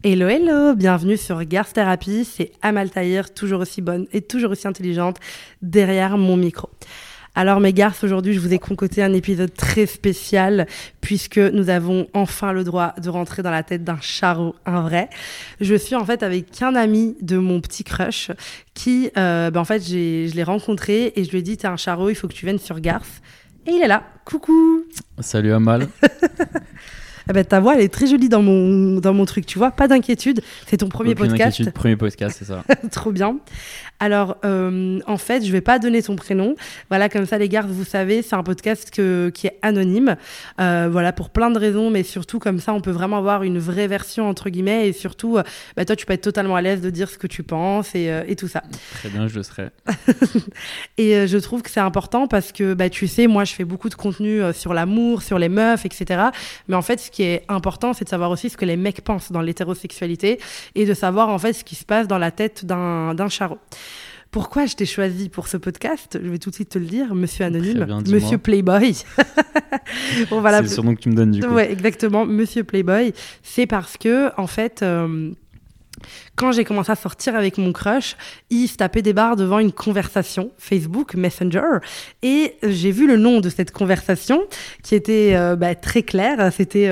Hello, hello, bienvenue sur Garth Therapy, c'est Amal Tahir, toujours aussi bonne et toujours aussi intelligente derrière mon micro. Alors mes garces, aujourd'hui je vous ai concocté un épisode très spécial puisque nous avons enfin le droit de rentrer dans la tête d'un charreau, un vrai. Je suis en fait avec un ami de mon petit crush qui, en fait je l'ai rencontré et je lui ai dit t'es un charreau, il faut que tu viennes sur Garth. Et il est là, coucou. Salut Amal. Ah ben, ta voix elle est très jolie dans mon truc, tu vois, pas d'inquiétude, c'est ton premier Aucune podcast. Inquiétude, premier podcast, c'est ça. Trop bien. Alors, en fait, je vais pas donner ton prénom. Voilà, comme ça, les gars, vous savez, c'est un podcast qui est anonyme. Voilà, pour plein de raisons, mais surtout, comme ça, on peut vraiment avoir une vraie version, entre guillemets. Et surtout, toi, tu peux être totalement à l'aise de dire ce que tu penses et tout ça. Très bien, je le serai. Et je trouve que c'est important parce que, tu sais, moi, je fais beaucoup de contenu sur l'amour, sur les meufs, etc. Mais en fait, ce qui est important, c'est de savoir aussi ce que les mecs pensent dans l'hétérosexualité et de savoir, en fait, ce qui se passe dans la tête d'un charreau. Pourquoi je t'ai choisi pour ce podcast ? Je vais tout de suite te le dire, Monsieur Anonyme, bien, Monsieur Playboy. C'est le surnom que tu me donnes du coup. Ouais, exactement, Monsieur Playboy. C'est parce que, en fait, quand j'ai commencé à sortir avec mon crush, il se tapait des barres devant une conversation Facebook Messenger et j'ai vu le nom de cette conversation qui était très clair. C'était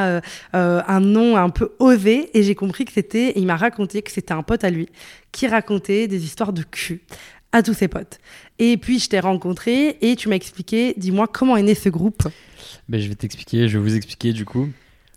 un nom un peu osé et j'ai compris que il m'a raconté que c'était un pote à lui qui racontait des histoires de cul à tous ses potes. Et puis je t'ai rencontré et tu m'as expliqué, dis-moi comment est né ce groupe. Je vais vous expliquer du coup.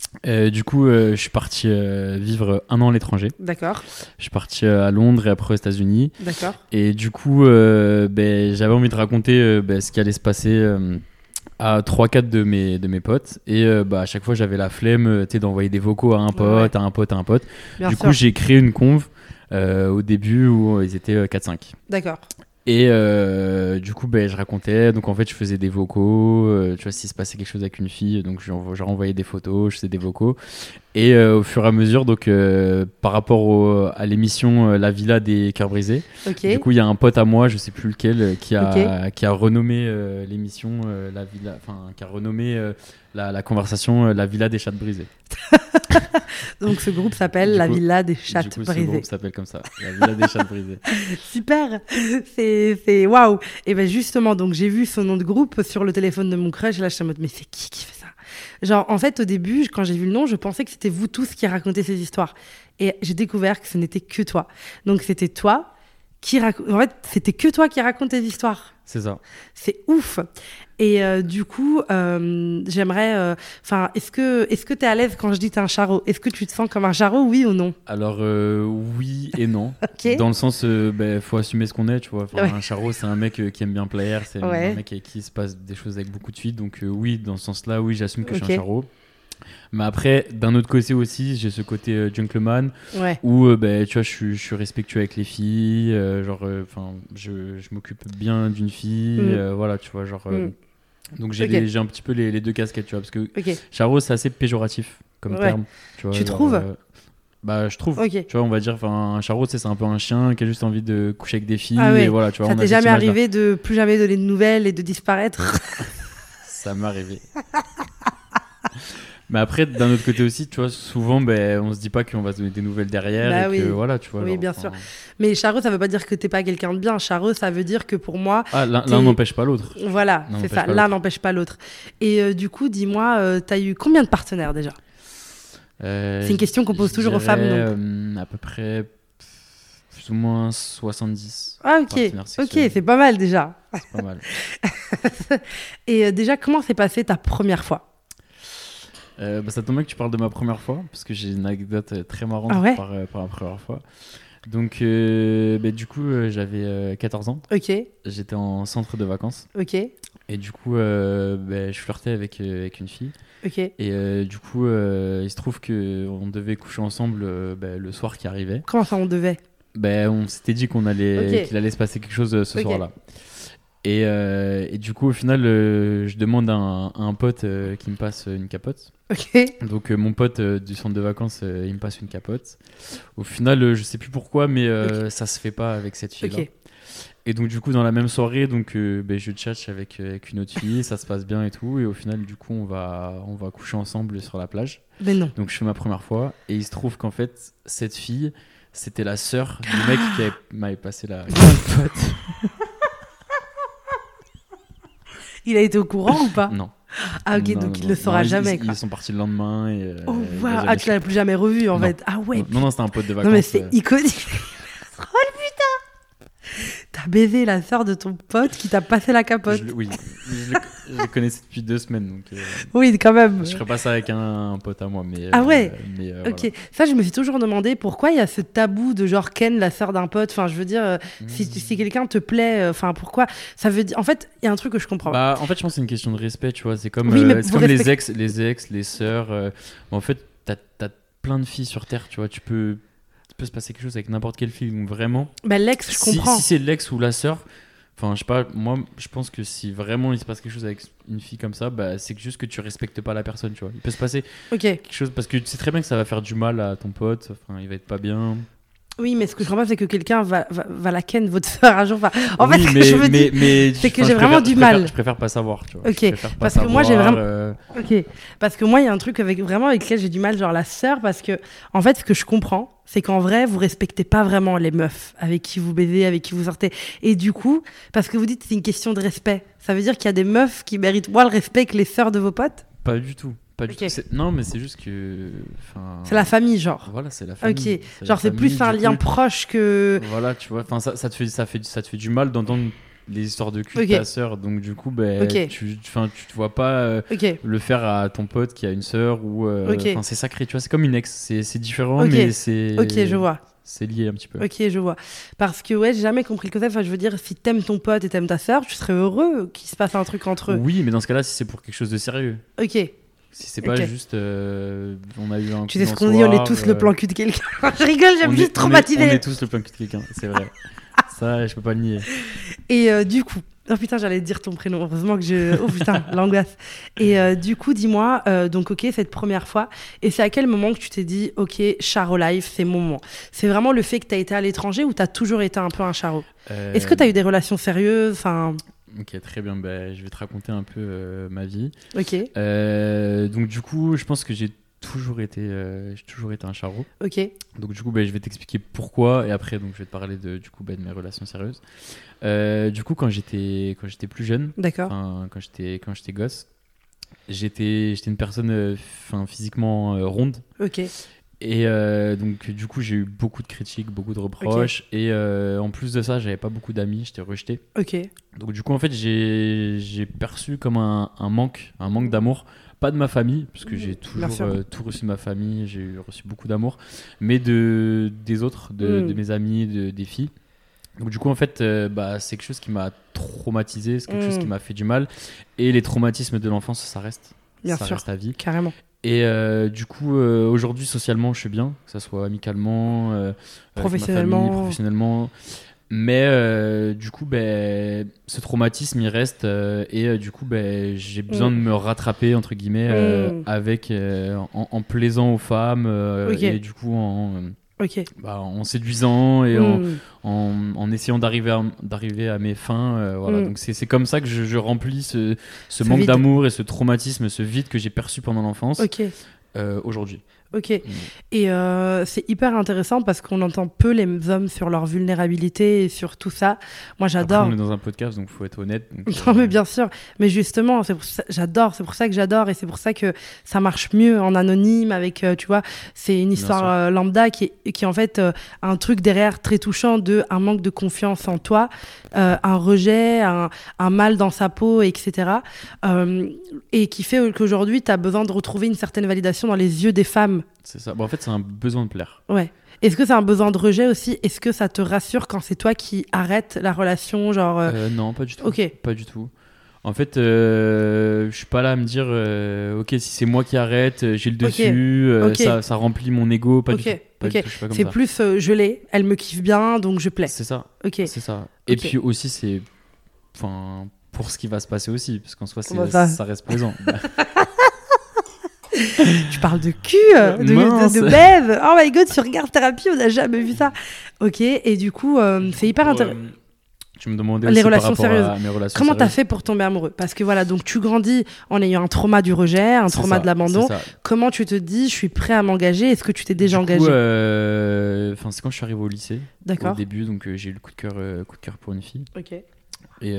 Je suis parti vivre 1 an à l'étranger. D'accord. Je suis parti à Londres et après aux États-Unis. D'accord. Et du coup, j'avais envie de raconter ce qui allait se passer à 3-4 de mes potes. Et à chaque fois, j'avais la flemme d'envoyer des vocaux à un pote, à un pote, à un pote. Bien du sûr. coup, j'ai créé une conve au début où ils étaient 4-5. D'accord. Et du coup, je racontais. Donc en fait, je faisais des vocaux. Tu vois, s'il se passait quelque chose avec une fille, donc je renvoyais des photos, je faisais des vocaux. Et au fur et à mesure, donc par rapport à l'émission La Villa des Cœurs Brisés, Okay. du coup, il y a un pote à moi, je sais plus lequel, qui a renommé l'émission La Villa, enfin qui a renommé la conversation La Villa des Chattes Brisées. Donc ce groupe s'appelle La Villa des Chattes Ce Brisées. groupe s'appelle comme ça, La Villa des Chattes Brisées. Super, c'est waouh. Et ben justement, donc j'ai vu son nom de groupe sur le téléphone de mon crush. Et là, je suis en mode, mais c'est qui fait ça ? Genre, en fait, au début, quand j'ai vu le nom, je pensais que c'était vous tous qui racontez ces histoires. Et j'ai découvert que ce n'était que toi. Donc c'était toi en fait, c'était que toi qui racontes tes histoires. C'est ça. C'est ouf. Et du coup, j'aimerais... est-ce que tu es à l'aise quand je dis t'es un charreau ? Est-ce que tu te sens comme un charreau, oui ou non ? Alors, oui et non. Ok. Dans le sens, faut assumer ce qu'on est, tu vois. Enfin, Ouais. Un charreau, c'est un mec qui aime bien plaire, c'est Ouais. un mec avec qui il se passe des choses avec beaucoup de suite. Donc, oui, dans ce sens-là, oui, j'assume que je suis Ok. un charreau. Mais après, d'un autre côté aussi, j'ai ce côté gentleman Ouais. où, tu vois, je suis respectueux avec les filles. Je m'occupe bien d'une fille. Voilà, tu vois, donc j'ai un petit peu les deux casquettes, tu vois, parce que Ok. charreau, c'est assez péjoratif comme Ouais. terme. Tu vois, Tu trouves ? je trouve. Ok. Tu vois, on va dire, un charreau, c'est un peu un chien qui a juste envie de coucher avec des filles. Ah ouais. Et voilà, tu vois, Ça on a t'est cette jamais image-là. arrivé de plus jamais donner de nouvelles et de disparaître ? Ça m'est arrivé. Mais après, d'un autre côté aussi, tu vois, souvent, on se dit pas qu'on va se donner des nouvelles derrière. Bah et oui. que, voilà, tu vois. Oui, bien sûr. Mais charreau, ça veut pas dire que t'es pas quelqu'un de bien. Charreau, ça veut dire que pour moi... L'un n'empêche pas l'autre. Voilà, L'un c'est n'empêche ça. pas L'un l'autre. n'empêche pas l'autre. Et du coup, dis-moi, t'as eu combien de partenaires déjà ? C'est une question qu'on pose toujours aux femmes, À peu près plus ou moins 70. Ah ok, partenaires ok, sexuels. c'est pas mal déjà. C'est pas mal. Et déjà, comment s'est passée ta première fois ? Ça tombe bien que tu parles de ma première fois, parce que j'ai une anecdote très marrante Ah ouais par la première fois. Donc, du coup, j'avais 14 ans. Ok, J'étais en centre de vacances. ok, Et du coup, je flirtais avec une fille. ok. Et du coup, il se trouve qu'on devait coucher ensemble le soir qui arrivait. Comment ça, on devait ? On s'était dit qu'il allait se passer quelque chose ce Ok. soir-là. Et du coup, au final, je demande à un pote qui me passe une capote. Ok. Donc mon pote du centre de vacances, il me passe une capote. Au final, je sais plus pourquoi, mais ça se fait pas avec cette fille-là. Ok. Et donc du coup, dans la même soirée, donc je tchatche avec une autre fille, ça se passe bien et tout. Et au final, du coup, on va coucher ensemble sur la plage. Mais non. Donc je fais ma première fois, et il se trouve qu'en fait, cette fille, c'était la sœur du mec m'avait passé la capote. Il a été au courant ou pas? Non. Ah ok, Non, donc non, il le saura non, jamais. Ils sont partis le lendemain et. Oh il wow. a Ah, jamais tu l'as plus jamais revu en Non. fait. Ah ouais. Non, c'était un pote de vacances. Non mais c'est iconique. Oh le putain. T'as baisé la sœur de ton pote qui t'a passé la capote. Oui, je le connaissais depuis 2 semaines, donc Oui, quand même. je ferais pas ça avec un pote à moi. Mais, Ah ouais. Voilà. Ok, ça je me suis toujours demandé pourquoi il y a ce tabou de genre Ken, la sœur d'un pote. Enfin, je veux dire, si quelqu'un te plaît, enfin pourquoi ça veut dire. En fait, il y a un truc que je comprends. Bah, en fait, je pense que c'est une question de respect, tu vois. C'est comme, Oui, mais c'est vous comme respectez- les ex, les sœurs. En fait, t'as plein de filles sur Terre, tu vois. Il peut se passer quelque chose avec n'importe quelle fille, donc vraiment. Bah l'ex, je comprends. Si c'est l'ex ou la sœur, enfin, je sais pas, moi, je pense que si vraiment il se passe quelque chose avec une fille comme ça, bah, c'est juste que tu respectes pas la personne, tu vois. Il peut se passer Ok. quelque chose parce que tu sais très bien que ça va faire du mal à ton pote, enfin, il va être pas bien. Oui, mais ce que je comprends pas, c'est que quelqu'un va la Ken, votre sœur un jour. Enfin, en Oui, fait, ce mais, que je veux dire, mais c'est que enfin, j'ai vraiment du mal. Je préfère pas savoir, tu vois. Ok, Je préfère pas parce que moi, j'ai savoir, vraiment- Ok, parce que moi, il y a un truc avec lequel j'ai du mal, genre la sœur, parce que en fait, ce que je comprends, c'est qu'en vrai, vous respectez pas vraiment les meufs avec qui vous baisez, avec qui vous sortez, et du coup, parce que vous dites que c'est une question de respect, ça veut dire qu'il y a des meufs qui méritent moins le respect que les sœurs de vos potes. Pas du tout. Pas du Ok. tout. Non, mais c'est juste que. C'est la famille, genre. Voilà, c'est la famille. Ok, genre c'est plus un lien proche que. Voilà, tu vois. Enfin, ça te fait du mal d'entendre les histoires de cul Ok. de ta sœur. Donc, du coup, ben, Ok. tu te vois pas Ok. le faire à ton pote qui a une sœur ou. Ok. Enfin, c'est sacré, tu vois. C'est comme une ex. C'est différent, Ok. mais c'est. Ok, je vois. C'est lié un petit peu. Ok, je vois. Parce que ouais, j'ai jamais compris le concept. Enfin, je veux dire, si t'aimes ton pote et t'aimes ta sœur, tu serais heureux qu'il se passe un truc entre eux. Oui, mais dans ce cas-là, si c'est pour quelque chose de sérieux. Ok. Si c'est pas Ok. juste. On a eu un. Tu coup sais ce d'un qu'on dit, on est soir, tous le plan cul de quelqu'un. Je rigole, j'aime juste on traumatiser. est tous le plan cul de quelqu'un, c'est vrai. Ça, je peux pas le nier. Et du coup, oh putain, j'allais te dire ton prénom. Heureusement que je. Oh putain, l'angoisse. Et du coup, dis-moi, donc ok, cette première fois. Et c'est à quel moment que tu t'es dit, ok, Charo Life, c'est mon moment. C'est vraiment le fait que t'as été à l'étranger ou t'as toujours été un peu un Charo? Est-ce que t'as eu des relations sérieuses? Enfin. Ok, très bien. Ben, je vais te raconter un peu ma vie. Ok, Donc du coup, je pense que j'ai toujours été un charreau. ok, Donc du coup, ben, je vais t'expliquer pourquoi et après, donc je vais te parler de mes relations sérieuses. Du coup, quand j'étais plus jeune, d'accord. enfin quand j'étais gosse, j'étais une personne physiquement ronde. Ok, Et donc du coup j'ai eu beaucoup de critiques, beaucoup de reproches et en plus de ça j'avais pas beaucoup d'amis, j'étais rejeté. ok, Donc du coup en fait j'ai perçu comme un manque d'amour, pas de ma famille parce que j'ai Bien sûr. toujours tout reçu de ma famille, j'ai reçu beaucoup d'amour, mais des autres, de mes amis, des filles. Donc du coup en fait c'est quelque chose qui m'a traumatisé, c'est quelque chose qui m'a fait du mal et les traumatismes de l'enfance ça reste Bien ça sûr. reste à vie. carrément. Et du coup, aujourd'hui, socialement, je suis bien, que ça soit amicalement, avec ma Professionnellement. famille, professionnellement. Mais du coup, ce traumatisme, il reste. Et du coup, j'ai besoin de me rattraper, entre guillemets, en plaisant aux femmes. Ok. Et du coup, Ok. en séduisant et Hmm. en essayant d'arriver à mes fins. Voilà. Mm. Donc c'est comme ça que je remplis ce Ce manque vide. d'amour et ce traumatisme, ce vide que j'ai perçu pendant l'enfance Ok. aujourd'hui. Ok. Et c'est hyper intéressant parce qu'on entend peu les hommes sur leur vulnérabilité et sur tout ça. Moi, j'adore. Après, on est dans un podcast, donc il faut être honnête. Donc, Non, mais bien sûr. Mais justement, j'adore. C'est pour ça que j'adore et c'est pour ça que ça marche mieux en anonyme avec, tu vois, c'est une sûr. histoire lambda qui est en fait un truc derrière très touchant de un manque de confiance en toi, un rejet, un mal dans sa peau, etc. Et qui fait qu'aujourd'hui, tu as besoin de retrouver une certaine validation dans les yeux des femmes. c'est ça. Bon, en fait, c'est un besoin de plaire. Ouais. Est-ce que c'est un besoin de rejet aussi? Est-ce que ça te rassure quand c'est toi qui arrêtes la relation, genre Non, pas du tout. Ok. Pas du tout. En fait, je suis pas là à me dire, ok, si c'est moi qui arrête, j'ai le dessus, Ok. ça remplit mon ego. Pas Ok. du tout. Pas Ok. du tout, je suis pas comme C'est ça. plus je l'ai, elle me kiffe bien, donc je plais. C'est ça. Ok. C'est ça. Et Ok. puis aussi, c'est. Enfin, pour ce qui va se passer aussi, parce qu'en soi, Comment ça ça reste présent. Tu parles de cul, Mince. de baise. Oh my god, sur Regard Thérapie, on n'a jamais vu ça. Ok, et du coup, c'est hyper intéressant. Tu me demandais Les aussi relations par rapport sérieuses. à mes relations Comment t'as sérieuses. fait pour tomber amoureux? Parce que voilà, donc tu grandis en ayant un trauma du rejet, un C'est trauma ça, de l'abandon. c'est ça. Comment tu te dis, je suis prêt à m'engager? Est-ce que tu t'es déjà Du coup, engagé? c'est quand je suis arrivé au lycée. D'accord. Au début, donc j'ai eu le coup de cœur pour une fille. Ok. Et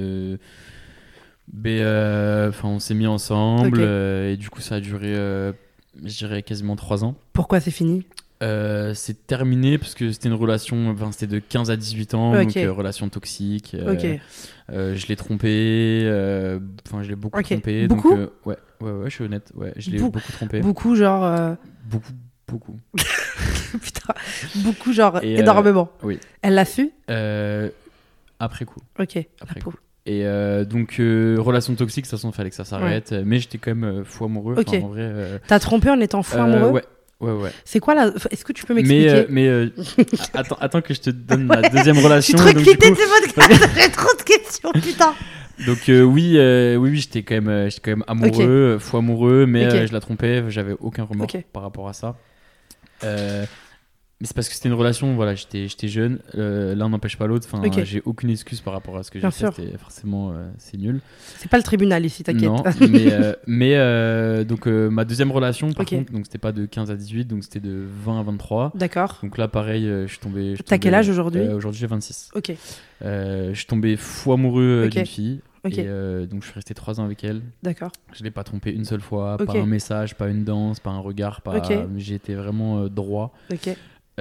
on s'est mis ensemble. Ok. Et du coup, ça a duré, je dirais, quasiment 3 ans. Pourquoi c'est fini? C'est terminé parce que c'était une relation, c'était de 15 à 18 ans, Ok. donc relation toxique. Ok. Je l'ai trompé, je l'ai beaucoup Ok. trompé. Beaucoup donc, ouais, je suis honnête, ouais, je l'ai Beaucoup. beaucoup trompé. Beaucoup, genre. Beaucoup. Putain. Beaucoup, genre, Et, énormément. oui. Elle l'a su? Après coup. Ok. Après La pauvre. coup. Et donc, relation toxique, de toute façon, il fallait que ça s'arrête. Mais j'étais quand même fou amoureux. Ok. Enfin, en vrai, T'as trompé en étant fou amoureux? Ouais. C'est quoi la. Est-ce que tu peux m'expliquer? Mais attends que je te donne ma deuxième relation. Je suis trop donc, du excitée coup- de ce podcast. J'ai trop de questions, putain. Donc oui, j'étais quand même amoureux, fou amoureux, mais Ok. je la trompais, j'avais aucun remords Ok. par rapport à ça. Mais c'est parce que c'était une relation, voilà, j'étais jeune, l'un n'empêche pas l'autre. Enfin, Ok. j'ai aucune excuse par rapport à ce que j'ai Bien fait. sûr. C'était forcément, c'est nul. C'est pas le tribunal ici, t'inquiète. Non, donc ma deuxième relation, par Ok. contre, donc c'était pas de 15 à 18, donc c'était de 20 à 23. D'accord. Donc là, pareil, je suis tombé. T'as quel âge aujourd'hui? Aujourd'hui, j'ai 26. Ok. Je suis tombé fou amoureux Ok. d'une fille. Ok. Et donc je suis resté 3 ans avec elle. D'accord. Je l'ai pas trompée une seule fois, Ok. pas un message, pas une danse, pas un regard, pas. Ok. J'ai été vraiment droit. Ok.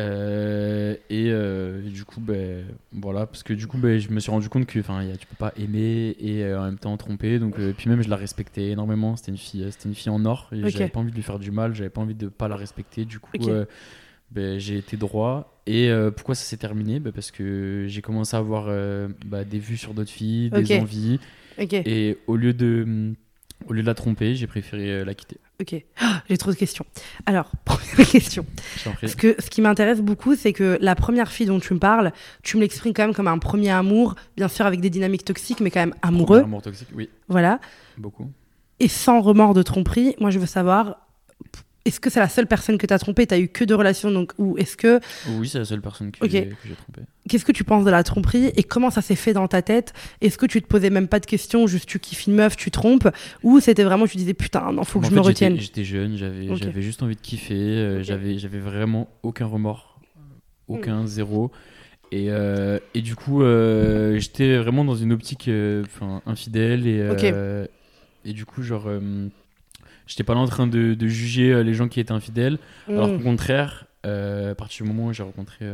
Du coup, voilà, parce que du coup, je me suis rendu compte que, tu peux pas aimer et en même temps tromper. Donc, puis même, je la respectais énormément. C'était une fille en or. Et Ok. j'avais pas envie de lui faire du mal. J'avais pas envie de pas la respecter. Du coup, Ok. j'ai été droit. Et pourquoi ça s'est terminé? Parce que j'ai commencé à avoir des vues sur d'autres filles, des Ok. envies. Ok. Et au lieu de la tromper, j'ai préféré la quitter. Ok. Ah, j'ai trop de questions. Alors, première question. Je t'en prie. Parce que ce qui m'intéresse beaucoup, c'est que la première fille dont tu me parles, tu me l'exprimes quand même comme un premier amour, bien sûr avec des dynamiques toxiques, mais quand même amoureux. Premier amour toxique, oui, Voilà. beaucoup. Et sans remords de tromperie. Moi, je veux savoir, est-ce que c'est la seule personne que tu as trompée? Tu as eu que 2 relations, donc, ou est-ce que. Oui, c'est la seule personne que Ok. j'ai trompée. Qu'est-ce que tu penses de la tromperie et comment ça s'est fait dans ta tête? Est-ce que tu te posais même pas de questions, juste tu kiffes une meuf, tu trompes? Ou c'était vraiment, tu disais putain, non, faut que En je fait, me retienne? J'étais jeune, j'avais Ok. j'avais juste envie de kiffer, Ok. j'avais vraiment aucun remords, aucun, zéro. Et du coup, j'étais vraiment dans une optique infidèle Ok. et du coup, genre, j'étais pas là en train de juger les gens qui étaient infidèles. Alors qu'au contraire, à partir du moment où j'ai rencontré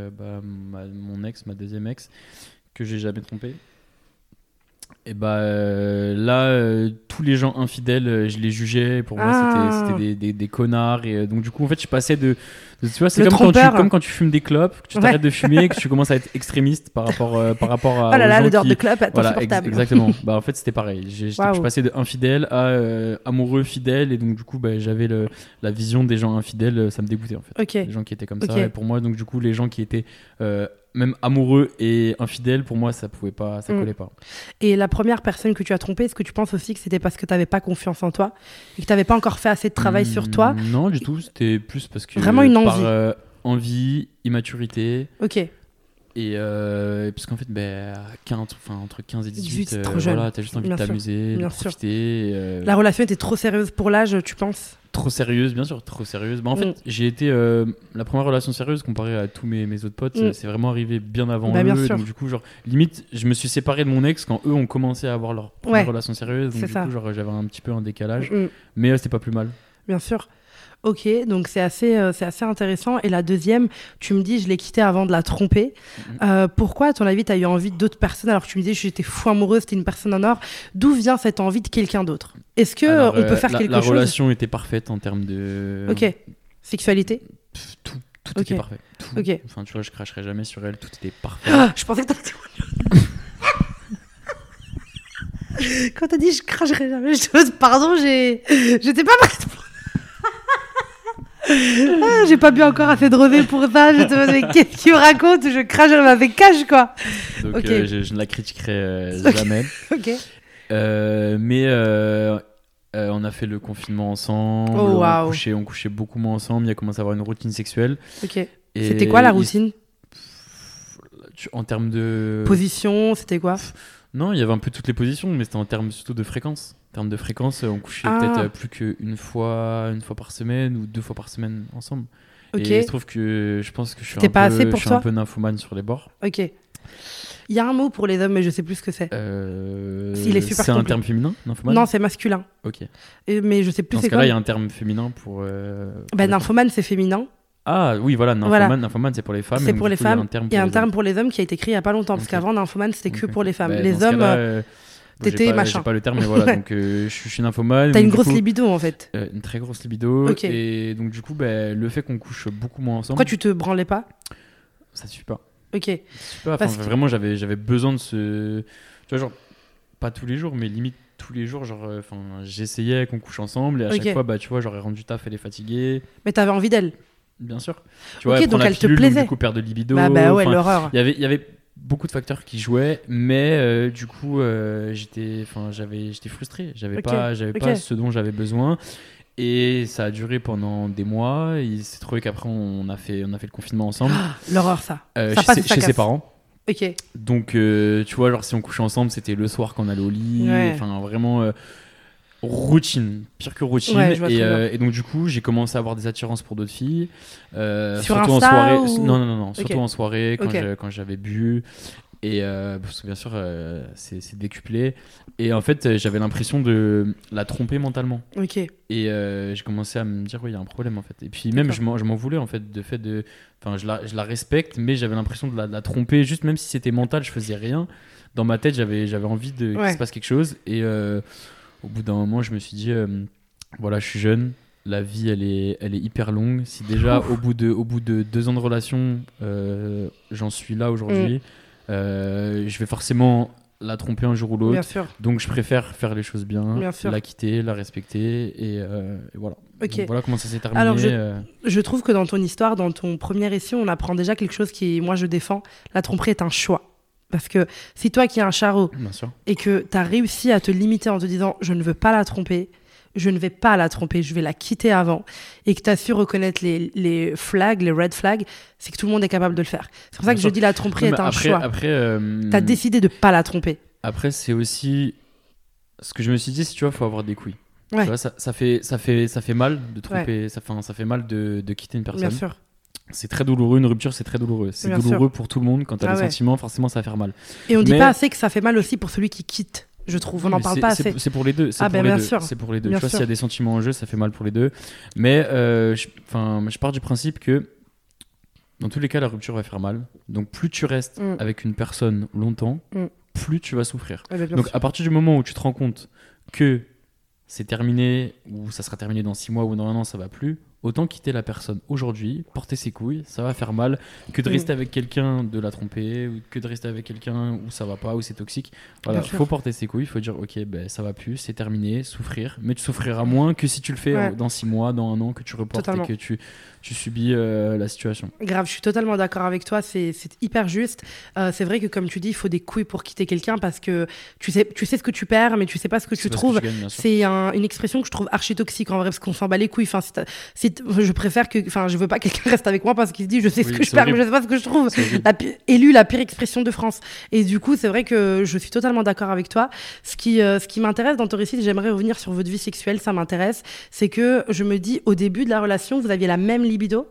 ma deuxième ex, que j'ai jamais trompé, et là, tous les gens infidèles, je les jugeais. Pour moi, c'était des connards. Et donc, du coup, en fait, je passais tu vois, c'est Le comme trompeur. quand tu fumes des clopes, que tu Ouais. t'arrêtes de fumer, que tu commences à être extrémiste par rapport à. Oh là aux là, gens l'odeur qui- de clope, Voilà, insupportable. exactement. En fait, c'était pareil. Je Waouh. passais de infidèle à amoureux, fidèle. Et donc, du coup, j'avais la vision des gens infidèles. Ça me dégoûtait, en fait. Ok. Les gens qui étaient comme Ok. ça. Et pour moi, donc, du coup, les gens qui étaient même amoureux et infidèles, pour moi, ça pouvait pas, ça collait pas. Et la première personne que tu as trompée, est-ce que tu penses aussi que c'était parce que tu n'avais pas confiance en toi et que tu n'avais pas encore fait assez de travail sur toi? Non, du tout. C'était plus parce que. Vraiment une par, envie. envie, immaturité. Ok. Et parce qu'en fait, entre 15 et 18, c'est trop jeune. voilà, t'as juste envie Bien de sûr. t'amuser, de Bien sûr. profiter. La relation était trop sérieuse pour l'âge, tu penses? Trop sérieuse, bien sûr, trop sérieuse. En fait, j'ai été la première relation sérieuse comparée à tous mes autres potes. C'est vraiment arrivé bien avant Bah, eux. bien sûr. Donc du coup, genre, limite, je me suis séparé de mon ex quand eux ont commencé à avoir leur première Ouais. relation sérieuse. Donc C'est du ça. coup, genre, j'avais un petit peu un décalage. Mm. Mais c'était pas plus mal. Bien sûr. Ok, donc c'est assez intéressant. Et la deuxième, tu me dis, je l'ai quittée avant de la tromper. Pourquoi, à ton avis, tu as eu envie d'autres personnes alors que tu me disais, j'étais fou amoureuse, c'était une personne en or? D'où vient cette envie de quelqu'un d'autre? Est-ce que Alors, on peut faire quelque la chose? relation était parfaite en termes de. Ok. Sexualité? Tout Ok. était parfait. Tout. Ok. Enfin, tu vois, je cracherais jamais sur elle. Tout était parfait. Ah, je pensais que t'allais dire. Quand t'as dit je cracherai jamais, pardon, j'étais pas prête pour. Ah, j'ai pas bu encore assez de rosé pour ça. Je te demande, mais qu'est-ce qu'il me raconte? Je crache, elle m'avait cache quoi. Donc Ok. je ne la critiquerai Ok. jamais. Ok. Mais On a fait le confinement ensemble. Oh, waouh. On couchait beaucoup moins ensemble. Il a commencé à avoir une routine sexuelle. Ok. Et C'était quoi la routine? En termes de... Position, c'était quoi? Non, il y avait un peu toutes les positions, mais c'était en termes surtout de fréquence. En termes de fréquence, on couchait peut-être plus qu'une fois par semaine ou 2 fois par semaine ensemble. Ok. Et il se trouve que je pense que je suis, C'était pas assez pour toi? un peu nymphomane sur les bords. Ok. Il y a un mot pour les hommes, mais je sais plus ce que c'est. Il est super c'est un compliqué. terme féminin, nymphomane? Non, c'est masculin. Ok. Mais je sais plus Dans c'est ce quoi. cas-là, il y a un terme féminin pour... Nymphomane, c'est féminin. Ah oui, voilà, nymphomane, c'est pour les femmes. C'est pour les femmes. Il y a un terme hommes. pour les hommes qui a été créé il y a pas longtemps, parce Ok. qu'avant, nymphomane, c'était que Ok. pour les femmes. Bah, Les dans ce hommes, cas-là, t'étais j'ai machin. pas le terme, mais voilà, donc je suis nymphomane. t'as donc, une du grosse coup, libido en fait. une très grosse libido. Ok. Et donc du coup, le fait qu'on couche beaucoup moins ensemble, Pourquoi tu te branlais pas? ça suffit pas. Ok. Ça suffit pas. Enfin, Parce que- vraiment, j'avais besoin de ce... Tu vois, genre, pas tous les jours, mais limite tous les jours, genre, j'essayais qu'on couche ensemble et à Ok. chaque fois, tu vois, j'aurais rendu taf, elle est fatiguée. Mais t'avais envie d'elle. Bien sûr. Tu vois, Ok, elle prend donc la elle te pilule, donc, plaisait. du coup, perte de libido. Bah ouais, Enfin, l'horreur. il y avait beaucoup de facteurs qui jouaient, mais du coup, j'étais frustré. J'avais Ok, pas ok. ce dont j'avais besoin. Et ça a duré pendant des mois. Il s'est trouvé qu'après, on a fait le confinement ensemble L'horreur, ça. Ça chez, passe ses, ou ça chez ses casse. parents. Ok. Donc, tu vois, genre, si on couchait ensemble, c'était le soir qu'on allait au lit. Ouais. Enfin, vraiment, routine, pire que routine. Ouais, je vois très bien. Et donc, du coup, j'ai commencé à avoir des attirances pour d'autres filles. Sur Surtout en Insta soirée. ou- Non, surtout Ok. en soirée, Ok. quand j'avais bu. Et parce que bien sûr, c'est décuplé. Et en fait, j'avais l'impression de la tromper mentalement. Ok. Et j'ai commencé à me dire, oui, il y a un problème en fait. Et puis même, D'accord. je m'en voulais en fait, de fait de. Enfin, je la respecte, mais j'avais l'impression de la tromper. Juste même si c'était mental, je faisais rien. Dans ma tête, j'avais envie qu'il Ouais. se passe quelque chose. Et au bout d'un moment, je me suis dit, voilà, je suis jeune. La vie, elle est hyper longue. Si déjà, au bout de 2 ans de relation, j'en suis là aujourd'hui, je vais forcément la tromper un jour ou l'autre. Bien sûr. Donc je préfère faire les choses bien, Bien sûr. la quitter, la respecter et voilà. Ok. Donc, voilà comment ça s'est terminé. Alors, Je trouve que dans ton histoire, dans ton premier récit, on apprend déjà quelque chose qui, moi, je défends. La tromperie est un choix. Parce que si toi qui es un charreau Bien sûr. et que tu as réussi à te limiter en te disant je ne veux pas la tromper, je ne vais pas la tromper, je vais la quitter avant, et que tu as su reconnaître les flags, les red flags, c'est que tout le monde est capable de le faire. C'est pour ça Bien que sûr. je dis la tromperie Non, est mais un choix. Après, Tu as décidé de pas la tromper. après c'est aussi ce que je me suis dit, c'est tu vois, faut avoir des couilles. Ouais. Tu vois, ça fait mal de tromper, ça fait mal de quitter une personne. Bien sûr. C'est très douloureux, une rupture, c'est très douloureux. C'est Bien douloureux sûr. pour tout le monde. Quand tu as Ah des ouais. sentiments, forcément, ça va faire mal. Et on dit Mais- pas assez que ça fait mal aussi pour celui qui quitte, je trouve. On n'en Mais parle pas assez. C'est pour les deux. C'est Ah pour ben, les bien deux. sûr. C'est pour les deux. Bien Tu vois, sûr. s'il y a des sentiments en jeu, ça fait mal pour les deux. Mais je pars du principe que dans tous les cas, la rupture va faire mal. Donc plus tu restes Mm. avec une personne longtemps, Mm. plus tu vas souffrir. Ouais, ben, bien Donc sûr. à partir du moment où tu te rends compte que c'est terminé, ou ça sera terminé dans 6 mois ou dans 1 an, ça va plus, autant quitter la personne aujourd'hui, porter ses couilles, ça va faire mal, que de Mm. rester avec quelqu'un, de la tromper, ou que de rester avec quelqu'un où ça va pas, où c'est toxique. Voilà, Bien sûr. faut porter ses couilles, faut dire ok, ben ça va plus, c'est terminé, souffrir, mais tu souffriras moins que si tu le fais Ouais. dans 6 mois, dans 1 an, que tu reportes Totalement. et que tu subis la situation. Grave, je suis totalement d'accord avec toi, c'est hyper juste. C'est vrai que comme tu dis, il faut des couilles pour quitter quelqu'un parce que tu sais ce que tu perds, mais tu sais pas ce que tu C'est parce trouves. que tu gagnes, bien sûr. C'est une expression que je trouve archi toxique en vrai, parce qu'on s'en bat les couilles. Enfin, je préfère que, enfin, je veux pas que quelqu'un reste avec moi parce qu'il se dit, je sais ce Oui, que je c'est perds, mais horrible. je sais pas ce que je trouve. C'est horrible. Élu la pire expression de France. Et du coup, c'est vrai que je suis totalement d'accord avec toi. Ce qui m'intéresse dans ton récit, j'aimerais revenir sur votre vie sexuelle, ça m'intéresse. C'est que je me dis, au début de la relation, vous aviez la même libido.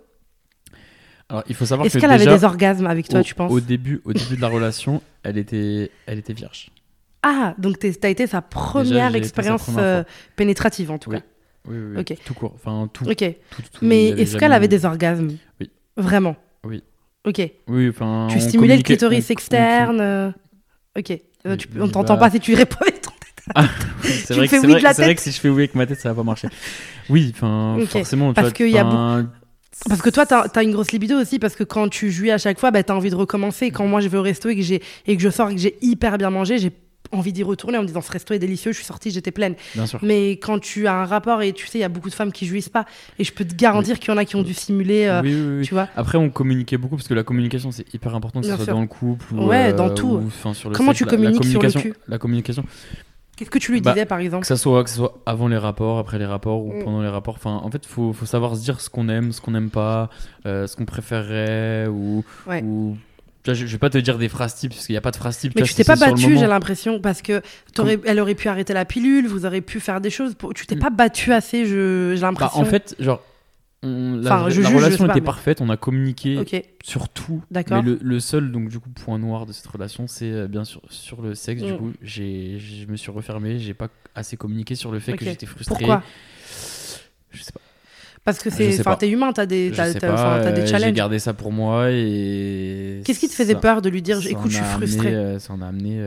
Alors il faut savoir Est-ce que qu'elle avait déjà, des orgasmes avec toi, tu penses? au début de la relation, elle était vierge. Ah, donc t'as été sa première j'ai été sa expérience première pénétrative en tout Oui. cas. Oui, Ok. tout court. Enfin, tout. Ok. tout, Mais il y avait est-ce qu'elle jamais- avait des orgasmes? Oui. Vraiment? Oui. Ok. Oui, enfin. Tu on stimulais le communiquait- clitoris on- externe Ok. Oui, On oui, t'entend bah- pas si tu réponds avec ton C'est Tu vrai me fais que oui de la c'est vrai tête. que si je fais oui avec ma tête, ça va pas marcher. Oui, enfin, Ok. forcément. Parce qu'il y a enfin, Parce que toi, t'as une grosse libido aussi, parce que quand tu jouis à chaque fois, bah, t'as envie de recommencer. Quand moi, je vais au resto et que je sors et que j'ai hyper bien mangé, j'ai envie d'y retourner en me disant ce resto est délicieux, je suis sortie, j'étais pleine. Bien sûr. Mais quand tu as un rapport, et tu sais, il y a beaucoup de femmes qui jouissent pas, et je peux te garantir qu'il y en a qui ont dû simuler, Oui, oui, oui. tu vois. Après, on communiquait beaucoup parce que la communication, c'est hyper important, que ce Bien soit sûr. dans le couple ou, Ouais, dans tout. ou, enfin, sur le Comment sexe. tu communiques sur le communication, cul La communication. Qu'est-ce que tu lui disais, par exemple? Que ça soit avant les rapports, après les rapports ou pendant les rapports. Enfin, en fait, faut savoir se dire ce qu'on aime, ce qu'on n'aime pas, ce qu'on préférerait ou tu vois, je vais pas te dire des phrases types parce qu'il n'y a pas de phrases types. Mais tu t'es pas battu, j'ai l'impression, parce que elle aurait pu arrêter la pilule, vous auriez pu faire des choses. Tu t'es pas battu assez, j'ai l'impression. En fait, genre, la relation était parfaite, on a communiqué sur tout. D'accord. Mais le seul, donc du coup, point noir de cette relation, c'est bien sûr sur le sexe. Du coup, je me suis refermé, j'ai pas assez communiqué sur le fait que j'étais frustré. Pourquoi? Je sais pas. Parce que t'es humain, t'as des challenges. J'ai gardé ça pour moi et. Qu'est-ce qui te faisait peur de lui dire écoute, je suis frustré? Ça en a amené.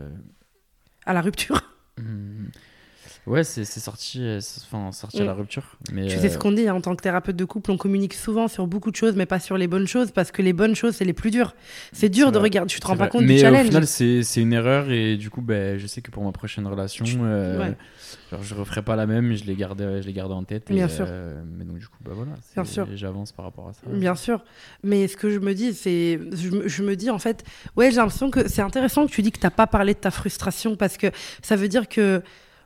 À la rupture. Ouais, c'est sorti à la rupture. Mais tu sais ce qu'on dit, en tant que thérapeute de couple, on communique souvent sur beaucoup de choses, mais pas sur les bonnes choses, parce que les bonnes choses, c'est les plus dures. C'est dur de regarder, tu te rends pas compte du challenge. Mais au final, c'est une erreur, et du coup, je sais que pour ma prochaine relation, genre, je referai pas la même, je l'ai gardé en tête. Bien sûr. Mais donc, du coup, voilà, bien sûr. J'avance par rapport à ça. Bien sûr. Mais ce que je me dis, je me dis, en fait, j'ai l'impression que c'est intéressant que tu dis que t'as pas parlé de ta frustration, parce que ça veut dire que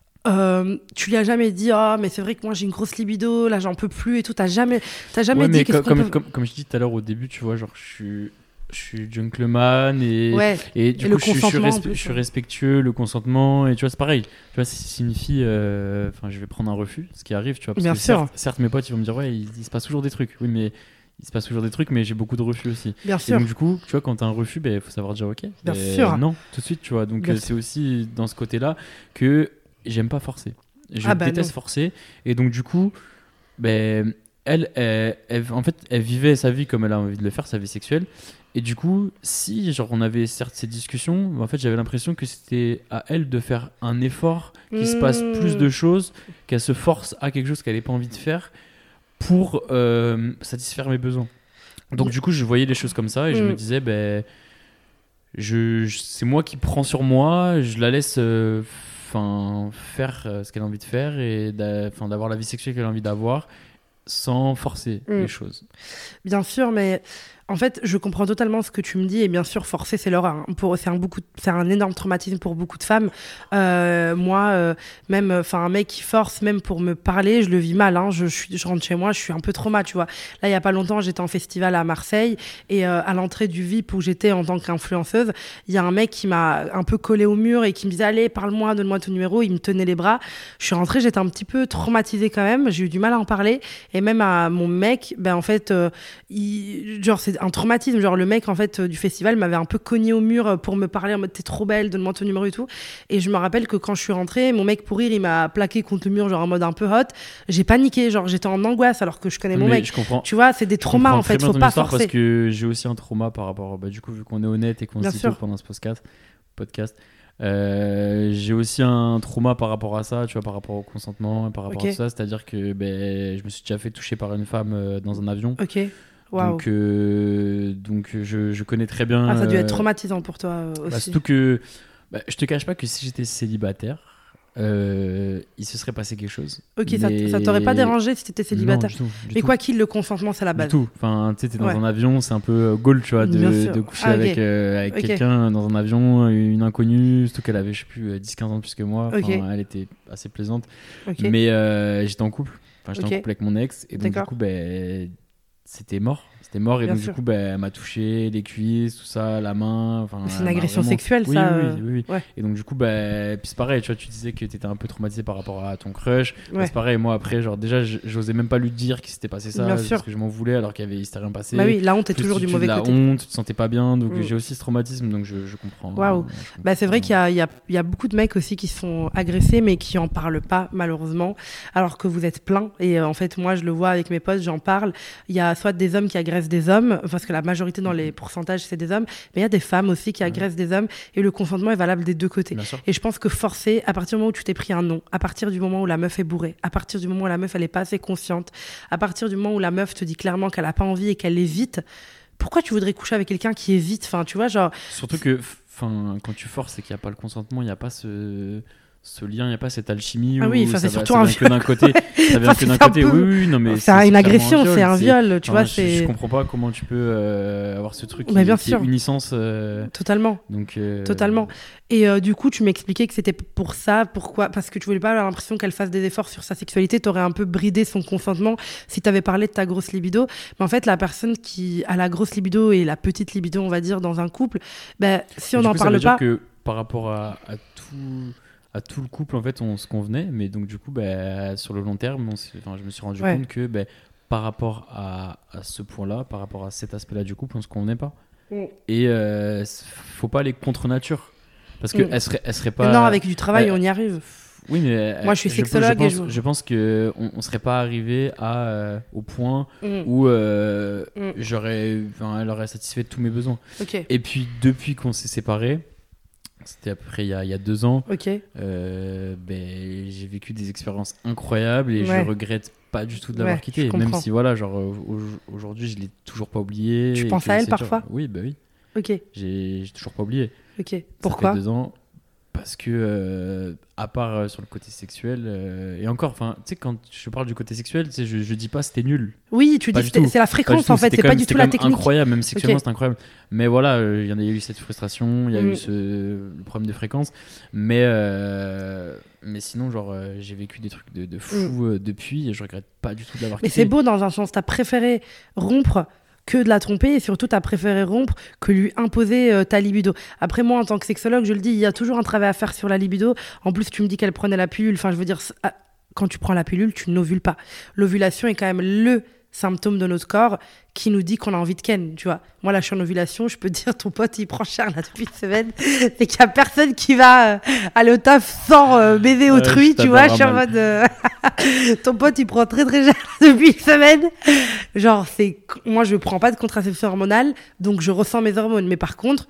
tu lui as jamais dit mais c'est vrai que moi j'ai une grosse libido, là j'en peux plus et tout, t'as jamais dit comme je dis tout à l'heure au début, tu vois, genre je suis gentleman et du coup je suis respectueux, le consentement, et tu vois c'est pareil, tu vois si une fille je vais prendre un refus, ce qui arrive, tu vois, parce bien que sûr. Certes mes potes ils vont me dire il se passe toujours des trucs, oui, mais il se passe toujours des trucs, mais j'ai beaucoup de refus aussi. Bien sûr. Et donc du coup, tu vois, quand t'as un refus, faut savoir dire ok. Bien sûr. Non, tout de suite, tu vois. Donc c'est aussi dans ce côté-là que j'aime pas forcer. Je déteste forcer. Et donc du coup, elle, en fait, elle vivait sa vie comme elle a envie de le faire, sa vie sexuelle. Et du coup, si genre on avait certes ces discussions, en fait, j'avais l'impression que c'était à elle de faire un effort, qu'il se passe plus de choses, qu'elle se force à quelque chose qu'elle n'ait pas envie de faire pour satisfaire mes besoins. Donc du coup, je voyais les choses comme ça et je me disais, c'est moi qui prends sur moi, je la laisse faire ce qu'elle a envie de faire et d'avoir la vie sexuelle qu'elle a envie d'avoir sans forcer les choses. Bien sûr, mais en fait, je comprends totalement ce que tu me dis, et bien sûr, forcer, c'est l'horreur. C'est un énorme traumatisme pour beaucoup de femmes. Moi, même, un mec qui force, même pour me parler, je le vis mal. Hein. Je rentre chez moi, je suis un peu trauma, tu vois. Là, il y a pas longtemps, j'étais en festival à Marseille, et à l'entrée du VIP où j'étais en tant qu'influenceuse, il y a un mec qui m'a un peu collé au mur et qui me disait allez, parle-moi, donne-moi ton numéro. Il me tenait les bras. Je suis rentrée, j'étais un petit peu traumatisée quand même. J'ai eu du mal à en parler, et même à mon mec, en fait, c'est un traumatisme, genre le mec en fait du festival m'avait un peu cogné au mur pour me parler en mode t'es trop belle, donne-moi ton numéro et tout, et je me rappelle que quand je suis rentrée, mon mec pour rire il m'a plaqué contre le mur genre en mode un peu hot, j'ai paniqué, genre j'étais en angoisse alors que je connais mon mec, tu vois, c'est des traumas en fait, faut pas forcer. Parce que j'ai aussi un trauma par rapport, du coup vu qu'on est honnête et qu'on se dit tout pendant ce podcast, j'ai aussi un trauma par rapport à ça, tu vois, par rapport au consentement, par rapport à ça, c'est-à-dire que je me suis déjà fait toucher par une femme dans un avion. Wow. Donc je connais très bien. Ça a dû être traumatisant pour toi aussi. Surtout que je te cache pas que si j'étais célibataire, il se serait passé quelque chose. Ça t'aurait pas dérangé si t'étais célibataire? Non, du tout. Quoi qu'il, le consentement, c'est la base. Du tout. Enfin, tu sais, t'es dans un avion, c'est un peu goal, tu vois, de coucher avec quelqu'un dans un avion, une inconnue, surtout qu'elle avait, je sais plus, 10-15 ans de plus que moi. Elle était assez plaisante. Mais j'étais en couple. J'étais en couple avec mon ex. Et donc, du coup, c'était mort et bien donc sûr. Du coup elle m'a touché les cuisses, tout ça, la main, c'est une agression sexuelle, ça. Oui. Ouais. Et donc du coup puis c'est pareil, tu vois, tu disais que t'étais un peu traumatisé par rapport à ton crush. C'est pareil, moi après, genre déjà j'osais même pas lui dire qu'il s'était passé ça, parce que je m'en voulais alors il s'était rien passé. La honte est toujours du mauvais côté. La honte, tu te sentais pas bien, donc j'ai aussi ce traumatisme, donc je comprends. Waouh. C'est vrai qu'il y a beaucoup de mecs aussi qui se font agresser mais qui en parlent pas malheureusement, alors que vous êtes plein. Et en fait moi je le vois avec mes potes, j'en parle. Il y a soit des hommes qui agressent des hommes, parce que la majorité dans les pourcentages c'est des hommes, mais il y a des femmes aussi qui agressent des hommes, et le consentement est valable des deux côtés. Et je pense que forcer, à partir du moment où tu t'es pris un non, à partir du moment où la meuf est bourrée, à partir du moment où la meuf elle est pas assez consciente, à partir du moment où la meuf te dit clairement qu'elle a pas envie et qu'elle évite, pourquoi tu voudrais coucher avec quelqu'un qui évite? Enfin, tu vois, genre. Surtout que quand tu forces et qu'il n'y a pas le consentement, il n'y a pas ce ce lien, il n'y a pas cette alchimie Ah où oui, c'est ça surtout vient un que d'un côté. Ça vient que d'un c'est un côté. peu- Oui, non, mais c'est une clairement agression, un c'est un viol, tu vois. Je comprends pas comment tu peux avoir ce truc Mais bien qui est sûr. unisens. Totalement. Donc, Totalement. Et du coup, tu m'expliquais que c'était pour ça. Pourquoi ? Parce que tu voulais pas avoir l'impression qu'elle fasse des efforts sur sa sexualité. T'aurais un peu bridé son consentement si t'avais parlé de ta grosse libido. Mais en fait, la personne qui a la grosse libido et la petite libido, on va dire, dans un couple, ben, si on du n'en coup, ça parle veut dire pas... que par rapport à tout le couple, en fait, on se convenait. Mais donc, du coup, sur le long terme, je me suis rendu compte que par rapport à ce point-là, par rapport à cet aspect-là du couple, on se convenait pas. Et faut pas aller contre nature. Parce qu'elle serait pas. Non, avec du travail, on y arrive. Oui, mais moi, je suis sexologue. Je pense qu'on serait pas arrivé au point où elle aurait satisfait tous mes besoins. Okay. Et puis, depuis qu'on s'est séparés, c'était à peu près il y a 2 ans, j'ai vécu des expériences incroyables et je regrette pas du tout de l'avoir quitté. Même si, voilà, aujourd'hui, je l'ai toujours pas oublié. Tu penses à elle parfois ? Oui, bah oui. Ok. J'ai toujours pas oublié. Ok. Pourquoi ? Ça fait 2 ans. Parce que, à part sur le côté sexuel, et encore, tu sais, quand je parle du côté sexuel, je dis pas c'était nul. Oui, tu dis c'est la fréquence en fait, c'est pas du tout la technique. C'était incroyable, même sexuellement c'était incroyable. Mais voilà, il y a eu cette frustration, il y a eu le problème de fréquence. Mais sinon, j'ai vécu des trucs de fou depuis et je regrette pas du tout de l'avoir quitté. Mais c'est beau dans un sens, t'as préféré rompre que de la tromper et surtout t'as préféré rompre que lui imposer ta libido. Après moi en tant que sexologue je le dis, il y a toujours un travail à faire sur la libido. En plus tu me dis qu'elle prenait la pilule, enfin je veux dire quand tu prends la pilule tu n'ovules pas. L'ovulation est quand même le symptôme de notre corps qui nous dit qu'on a envie de ken, tu vois. Moi là je suis en ovulation, je peux te dire ton pote il prend cher là depuis une semaine, c'est qu'il y a personne qui va aller au taf sans baiser autrui, tu vois. Je suis en mode ton pote il prend très très cher depuis une semaine. Genre moi je prends pas de contraception hormonale donc je ressens mes hormones, mais par contre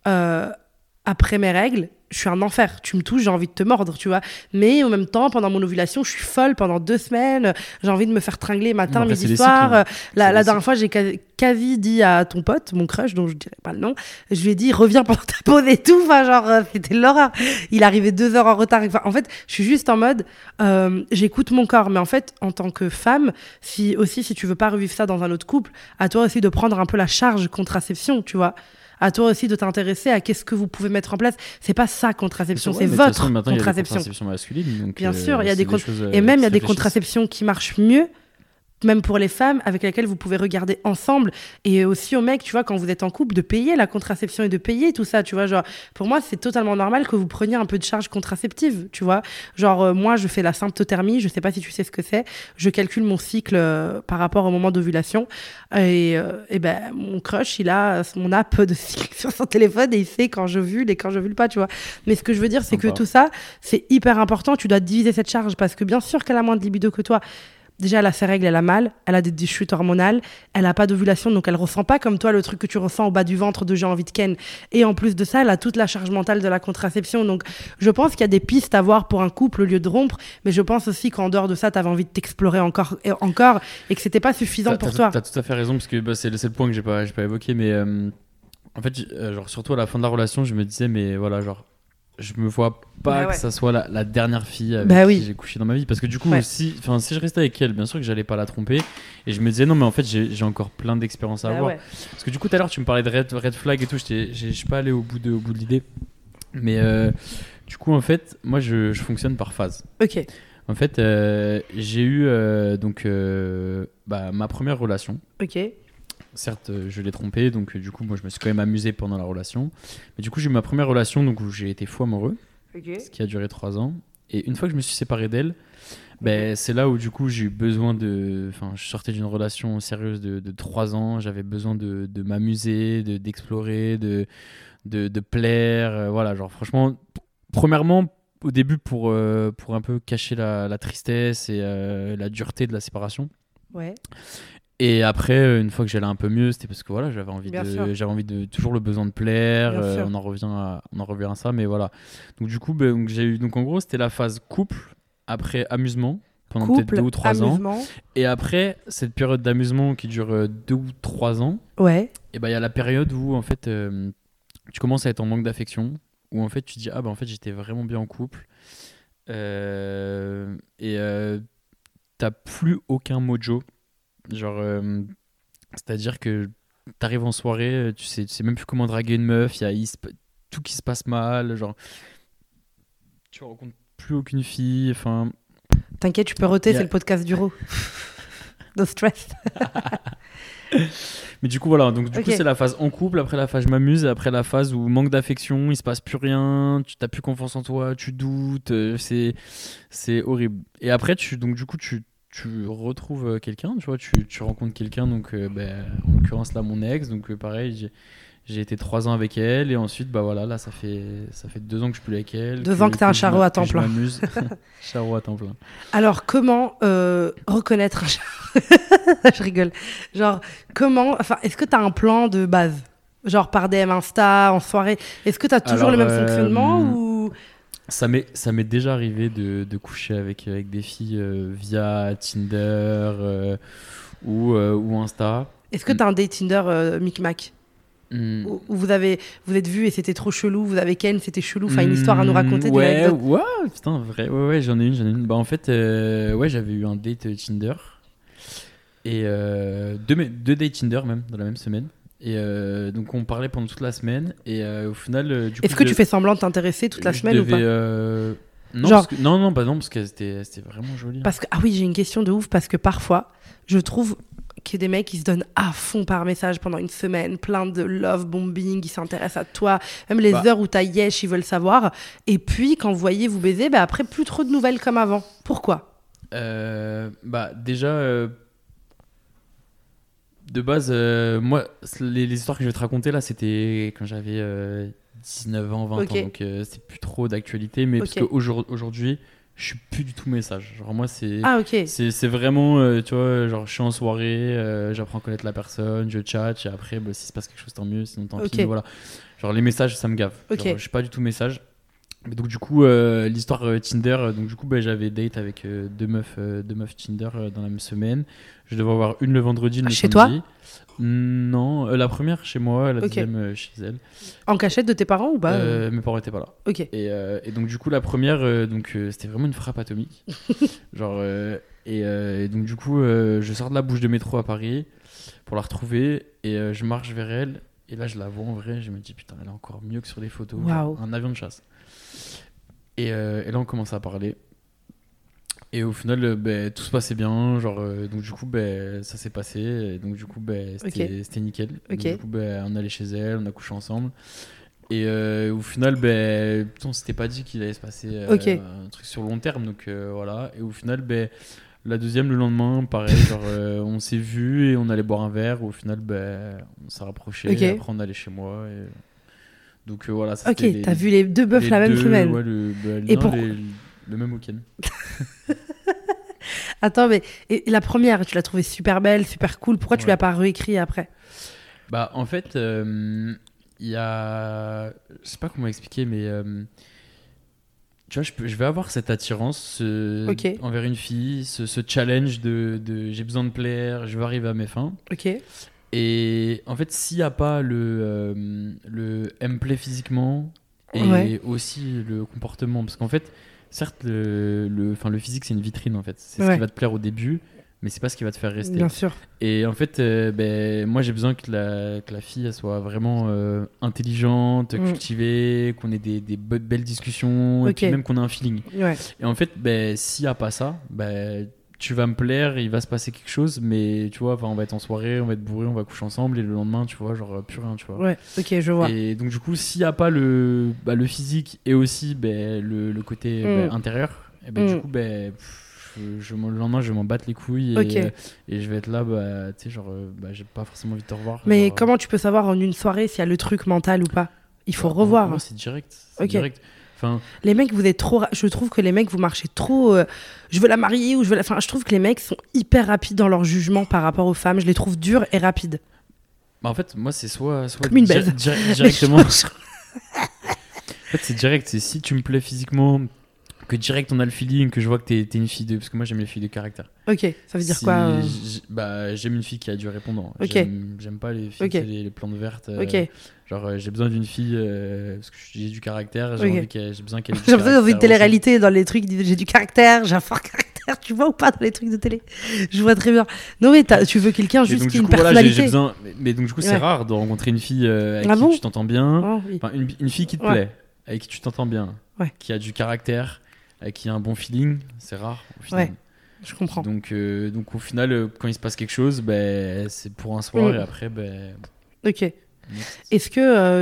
après mes règles je suis un enfer, tu me touches, j'ai envie de te mordre, tu vois. Mais en même temps, pendant mon ovulation, je suis folle pendant 2 semaines, j'ai envie de me faire tringler matin, midi, soir. La dernière fois, j'ai quasi dit à ton pote, mon crush, dont je dirais pas le nom, je lui ai dit, reviens pendant ta pause et tout, enfin genre, c'était l'horreur. Il arrivait 2 heures en retard. Enfin, en fait, je suis juste en mode, j'écoute mon corps. Mais en fait, en tant que femme, si tu veux pas revivre ça dans un autre couple, à toi aussi de prendre un peu la charge contraception, tu vois. À toi aussi de t'intéresser à qu'est-ce que vous pouvez mettre en place. C'est pas ça contraception, c'est votre contraception. Il y a des contraceptions masculines. Donc bien sûr, il y a et même il y a des contraceptions qui marchent mieux, même pour les femmes, avec lesquelles vous pouvez regarder ensemble. Et aussi aux mecs, tu vois, quand vous êtes en couple, de payer la contraception et de payer tout ça, tu vois. Genre, pour moi, c'est totalement normal que vous preniez un peu de charge contraceptive, tu vois. Genre, moi, je fais la symptothermie, je sais pas si tu sais ce que c'est. Je calcule mon cycle par rapport au moment d'ovulation. Et mon crush, il a mon app de cycle sur son téléphone et il sait quand j'ovule et quand j'ovule pas, tu vois. Mais ce que je veux dire, c'est que tout ça, c'est hyper important. Tu dois diviser cette charge parce que bien sûr qu'elle a moins de libido que toi. Déjà, elle a ses règles, elle a mal, elle a des chutes hormonales, elle a pas d'ovulation, donc elle ressent pas comme toi le truc que tu ressens au bas du ventre de j'ai envie de ken. Et en plus de ça, elle a toute la charge mentale de la contraception. Donc, je pense qu'il y a des pistes à voir pour un couple au lieu de rompre, mais je pense aussi qu'en dehors de ça, t'avais envie de t'explorer encore et que c'était pas suffisant pour toi. T'as tout à fait raison, parce que c'est le point que j'ai pas évoqué, mais en fait, surtout à la fin de la relation, je me disais, mais voilà, je me vois pas que ça soit la dernière fille avec qui j'ai couché dans ma vie, parce que du coup si je restais avec elle, bien sûr que j'allais pas la tromper, et je me disais non mais en fait j'ai encore plein d'expériences à avoir, parce que du coup tout à l'heure tu me parlais de red flag et tout, je suis pas allé au bout de l'idée, mais du coup en fait moi je fonctionne par phase. Ok. En fait j'ai eu ma première relation. Ok. Certes, je l'ai trompé, donc du coup, moi, je me suis quand même amusé pendant la relation. Mais du coup, j'ai eu ma première relation, donc où j'ai été fou amoureux, ce qui a duré 3 ans. Et une fois que je me suis séparé d'elle, c'est là où du coup, j'ai eu besoin de... Enfin, je sortais d'une relation sérieuse de 3 ans. J'avais besoin de m'amuser, d'explorer, de plaire. Voilà, genre franchement, premièrement, au début, pour un peu cacher la tristesse et la dureté de la séparation. Ouais. Et après, une fois que j'allais un peu mieux, c'était parce que voilà, j'avais envie de toujours le besoin de plaire. On en revient à ça, mais voilà. Donc du coup, donc en gros, c'était la phase couple, après amusement pendant peut-être 2 ou 3 ans. Et après cette période d'amusement qui dure 2 ou 3 ans, et il y a la période où en fait tu commences à être en manque d'affection, où en fait tu te dis en fait j'étais vraiment bien en couple. T'as plus aucun mojo. Genre, c'est-à-dire que t'arrives en soirée, tu sais même plus comment draguer une meuf, tout qui se passe mal, genre, tu rencontres plus aucune fille, enfin. T'inquiète, tu peux roter, Y a- c'est le podcast du Ro. No stress. Mais du coup, voilà, donc du coup, Ok. c'est la phase en couple, après la phase je m'amuse, et après la phase où manque d'affection, il se passe plus rien, tu t'as plus confiance en toi, tu doutes, c'est horrible. Et après, donc du coup, tu retrouves quelqu'un, tu vois, tu rencontres quelqu'un, donc en l'occurrence là, mon ex, donc pareil, j'ai été 3 ans avec elle, et ensuite, bah voilà, là, ça fait 2 ans que je suis plus avec elle. 2 ans que t'es un charreau à temps que plein. Je m'amuse. Charreau à temps plein. Alors, comment reconnaître un chat? Je rigole. Genre, est-ce que t'as un plan de base? Genre par DM Insta, en soirée. Est-ce que t'as toujours Alors, le même fonctionnement ou... Ça m'est déjà arrivé de coucher avec des filles via Tinder ou Insta. Est-ce que t'as un date Tinder micmac? Hmm. Où vous êtes vus et c'était trop chelou, vous avez Ken, c'était chelou, enfin une histoire à nous raconter, des Ouais, anecdotes. ouais, putain, vrai. Ouais, j'en ai une. Bah, en fait, ouais, j'avais eu un date Tinder. Et deux dates Tinder même, dans la même semaine. Et donc, on parlait pendant toute la semaine. Et au final, du coup. Est-ce que tu fais semblant de t'intéresser toute la je semaine ou pas? Non, Genre- non, parce que c'était vraiment joli. Parce que, ah oui, j'ai une question de ouf, parce que parfois, je trouve qu'il y a des mecs qui se donnent à fond par message pendant une semaine, plein de love bombing, ils s'intéressent à toi, même les Bah. heures où t'as yesh, ils veulent savoir. Et puis, quand vous voyez vous baiser, bah après, plus trop de nouvelles comme avant. Pourquoi? Bah, déjà, de base, moi, les histoires que je vais te raconter là, c'était quand j'avais 19 ans, 20 Ok. ans. Donc, c'est plus trop d'actualité. Mais parce Ok. qu'aujourd'hui, je suis plus du tout message. Genre, moi, c'est. Ah, ok. C'est vraiment, tu vois, genre je suis en soirée, j'apprends à connaître la personne, je chatte, et après, bah, s'il se passe quelque chose, tant mieux, sinon tant Ok. pis, mais voilà. Genre les messages, ça me gave. Ok. Genre, je suis pas du tout message. Mais donc du coup, l'histoire Tinder, donc du coup, bah, j'avais date avec deux meufs Tinder dans la même semaine. Je devais avoir une le vendredi, une le Chez samedi. Non, la première chez moi, la Ok. deuxième chez elle. En cachette de tes parents ou pas? Mes parents étaient pas là. Ok. Et donc du coup la première c'était vraiment une frappe atomique genre et donc du coup je sors de la bouche de métro à Paris pour la retrouver et je marche vers elle et là je la vois en vrai, je me dis putain elle est encore mieux que sur les photos, Waouh. genre, un avion de chasse et là on commence à parler et au final tout se passait bien genre donc du coup ça s'est passé et donc du coup c'était nickel. Donc, Ok. du coup on allait chez elle, on a couché ensemble. Et au final, on s'était pas dit qu'il allait se passer Ok. un truc sur long terme. Donc voilà. Et au final, la deuxième, le lendemain, pareil, genre, on s'est vu et on allait boire un verre. Au final, on s'est rapprochés. Ok. Et après, on allait chez moi. Donc voilà. Ça, Ok, c'était t'as vu les deux meufs les la même deux, semaine. Ouais, Et non, pour- le même week-end. Attends, mais et la première, tu l'as trouvée super belle, super cool. Pourquoi tu Ouais. l'as pas réécrit après? Bah, en fait, il y a. Je sais pas comment expliquer, mais. Tu vois, je vais avoir cette attirance Ok. envers une fille, ce challenge de j'ai besoin de plaire, je veux arriver à mes fins. Ok. Et en fait, s'il n'y a pas elle me plaît physiquement et Ouais. aussi le comportement, parce qu'en fait, certes, le physique, c'est une vitrine en fait. C'est ce Ouais. qui va te plaire au début, mais c'est pas ce qui va te faire rester. Bien sûr. Et en fait, moi j'ai besoin que la fille elle soit vraiment intelligente, cultivée, qu'on ait des belles discussions, et Ok. puis même qu'on ait un feeling. Ouais. Et en fait, s'il n'y a pas ça, tu vas me plaire, il va se passer quelque chose, mais tu vois, on va être en soirée, on va être bourré, on va coucher ensemble, et le lendemain, tu vois, genre plus rien, tu vois. Ouais. Ok, je vois. Et donc du coup, s'il n'y a pas le physique et aussi le côté intérieur, et du coup, le lendemain, je vais m'en battre les couilles et, Ok. et je vais être là, tu sais, genre, j'ai pas forcément envie de te revoir. Mais genre, comment tu peux savoir en une soirée s'il y a le truc mental ou pas? Il faut revoir. moi, c'est direct. C'est Ok. direct. Enfin, Les mecs, vous êtes trop. Je trouve que les mecs, vous marchez trop. Je veux la marier ou je veux la. Enfin, je trouve que les mecs sont hyper rapides dans leur jugement par rapport aux femmes. Je les trouve durs et rapides. en fait, moi, c'est soit Comme une baise. directement. En fait, c'est direct. C'est si tu me plais physiquement, que direct on a le feeling, que je vois que t'es une fille de... Parce que moi j'aime les filles de caractère. Ok, ça veut dire quoi J'aime une fille qui a du répondant. Ok. J'aime pas les filles Ok. qui ont les plantes vertes. Ok. Genre j'ai besoin d'une fille parce que j'ai du caractère, Ok. j'ai besoin qu'elle ait du J'ai l'impression que dans une caractère télé-réalité, dans les trucs, j'ai du caractère, j'ai un fort caractère, tu vois ou pas dans les trucs de télé? Je vois très bien. Non mais tu veux quelqu'un aussi. Et juste donc, qui a du une coup, voilà, personnalité. j'ai besoin... Mais donc du coup c'est Ouais. rare de rencontrer une fille avec Ah qui bon tu t'entends bien. Oh, oui. Enfin, une fille qui te Ouais. plaît, avec qui tu t'entends bien, Ouais. qui a du caractère, avec qui a un bon feeling, c'est rare au final. Ouais. Je comprends. Donc au final, quand il se passe quelque chose, c'est pour un soir et après, Ok. next. Est-ce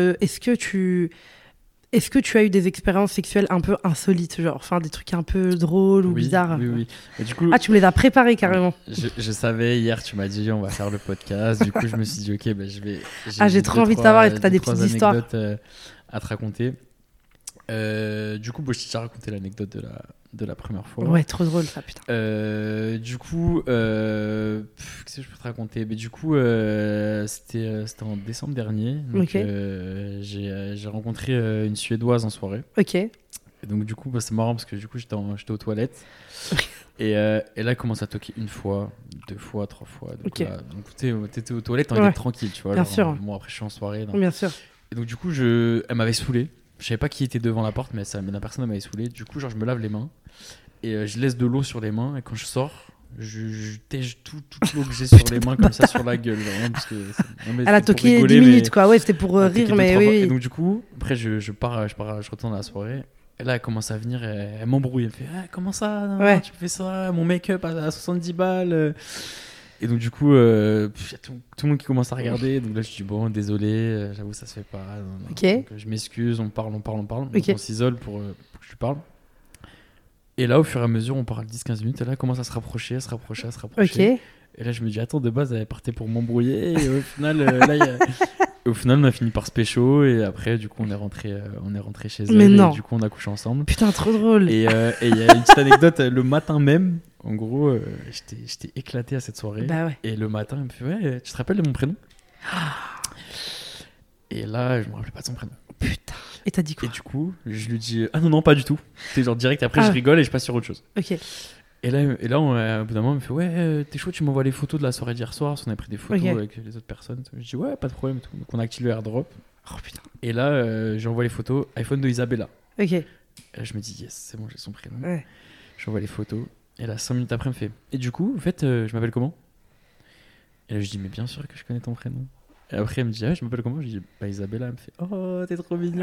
que tu as eu des expériences sexuelles un peu insolites, genre, enfin des trucs un peu drôles ou Oui, bizarres? oui. Et du coup, Ah, tu me les as préparés carrément. je savais hier, tu m'as dit on va faire le podcast. Du coup, je me suis dit ok, je vais. J'ai trop envie de savoir, est-ce que t'as des petites histoires à te raconter. Du coup, je t'ai déjà raconté l'anecdote de la première fois. Ouais, trop drôle ça, putain. Du coup, qu'est-ce que je peux te raconter? Mais du coup, c'était en décembre dernier. Donc, Ok. j'ai rencontré une Suédoise en soirée. Ok. Et donc, du coup, c'est marrant parce que du coup, j'étais aux toilettes. Et là, elle commence à toquer une fois, 2 fois, 3 fois. Donc, Ok. là, donc t'étais aux toilettes, on Ouais. était tranquille, tu vois. Bien genre, sûr. Bon, après, je suis en soirée. donc. Bien sûr. Et donc, du coup, elle m'avait saoulé. Je savais pas qui était devant la porte, mais la personne m'avait saoulé. Du coup, genre, je me lave les mains et je laisse de l'eau sur les mains. Et quand je sors, je tège toute l'eau que j'ai sur les mains comme ça sur la gueule. Vraiment, parce que Elle a toqué 10 minutes, quoi. Ouais, c'était pour rire, mais oui. Et donc, du coup, après, je retourne à la soirée. Et là, elle commence à venir, elle m'embrouille. Elle me fait comment ça non, Ouais. Tu fais ça? Mon make-up à 70 balles. Et donc, du coup, y a tout le monde qui commence à regarder. Donc là, je dis bon, désolé, j'avoue, ça se fait pas. Non. Ok. Donc, je m'excuse, on parle. Donc, Ok. on s'isole pour que je lui parle. Et là, au fur et à mesure, on parle 10-15 minutes. Et là, elle commence à se rapprocher. Ok. Et là, je me dis, attends, de base, elle partait pour m'embrouiller. Et au final, au final, on a fini par se pécho. Et après, du coup, on est rentré chez elle. Mais non. Et du coup, on a couché ensemble. Putain, trop drôle. Et il y a une petite anecdote, le matin même, en gros, j'étais éclaté à cette soirée. Bah ouais. Et le matin, il me fait, ouais, tu te rappelles de mon prénom? Et là, je me rappelais pas de son prénom. Putain. Et t'as dit quoi? Et du coup, je lui dis, ah non, pas du tout. C'est genre direct, après, je rigole et je passe sur autre chose. Ok. Et là, au bout d'un moment, il me fait, ouais, t'es chaud, tu m'envoies les photos de la soirée d'hier soir, on a pris des photos avec les autres personnes. Je dis, ouais, pas de problème. Tout. Donc, on active le airdrop. Oh putain. Et là, j'envoie les photos, iPhone de Isabella. Ok. Et là, je me dis, yes, c'est bon, j'ai son prénom. Ouais. J'envoie les photos. Et là, 5 minutes après, elle me fait, et du coup, en fait, je m'appelle comment? Et là, je dis, mais bien sûr que je connais ton prénom. Et après, elle me dit, ah, je m'appelle comment? Je dis, bah Isabella. Elle me fait, oh, t'es trop mignon.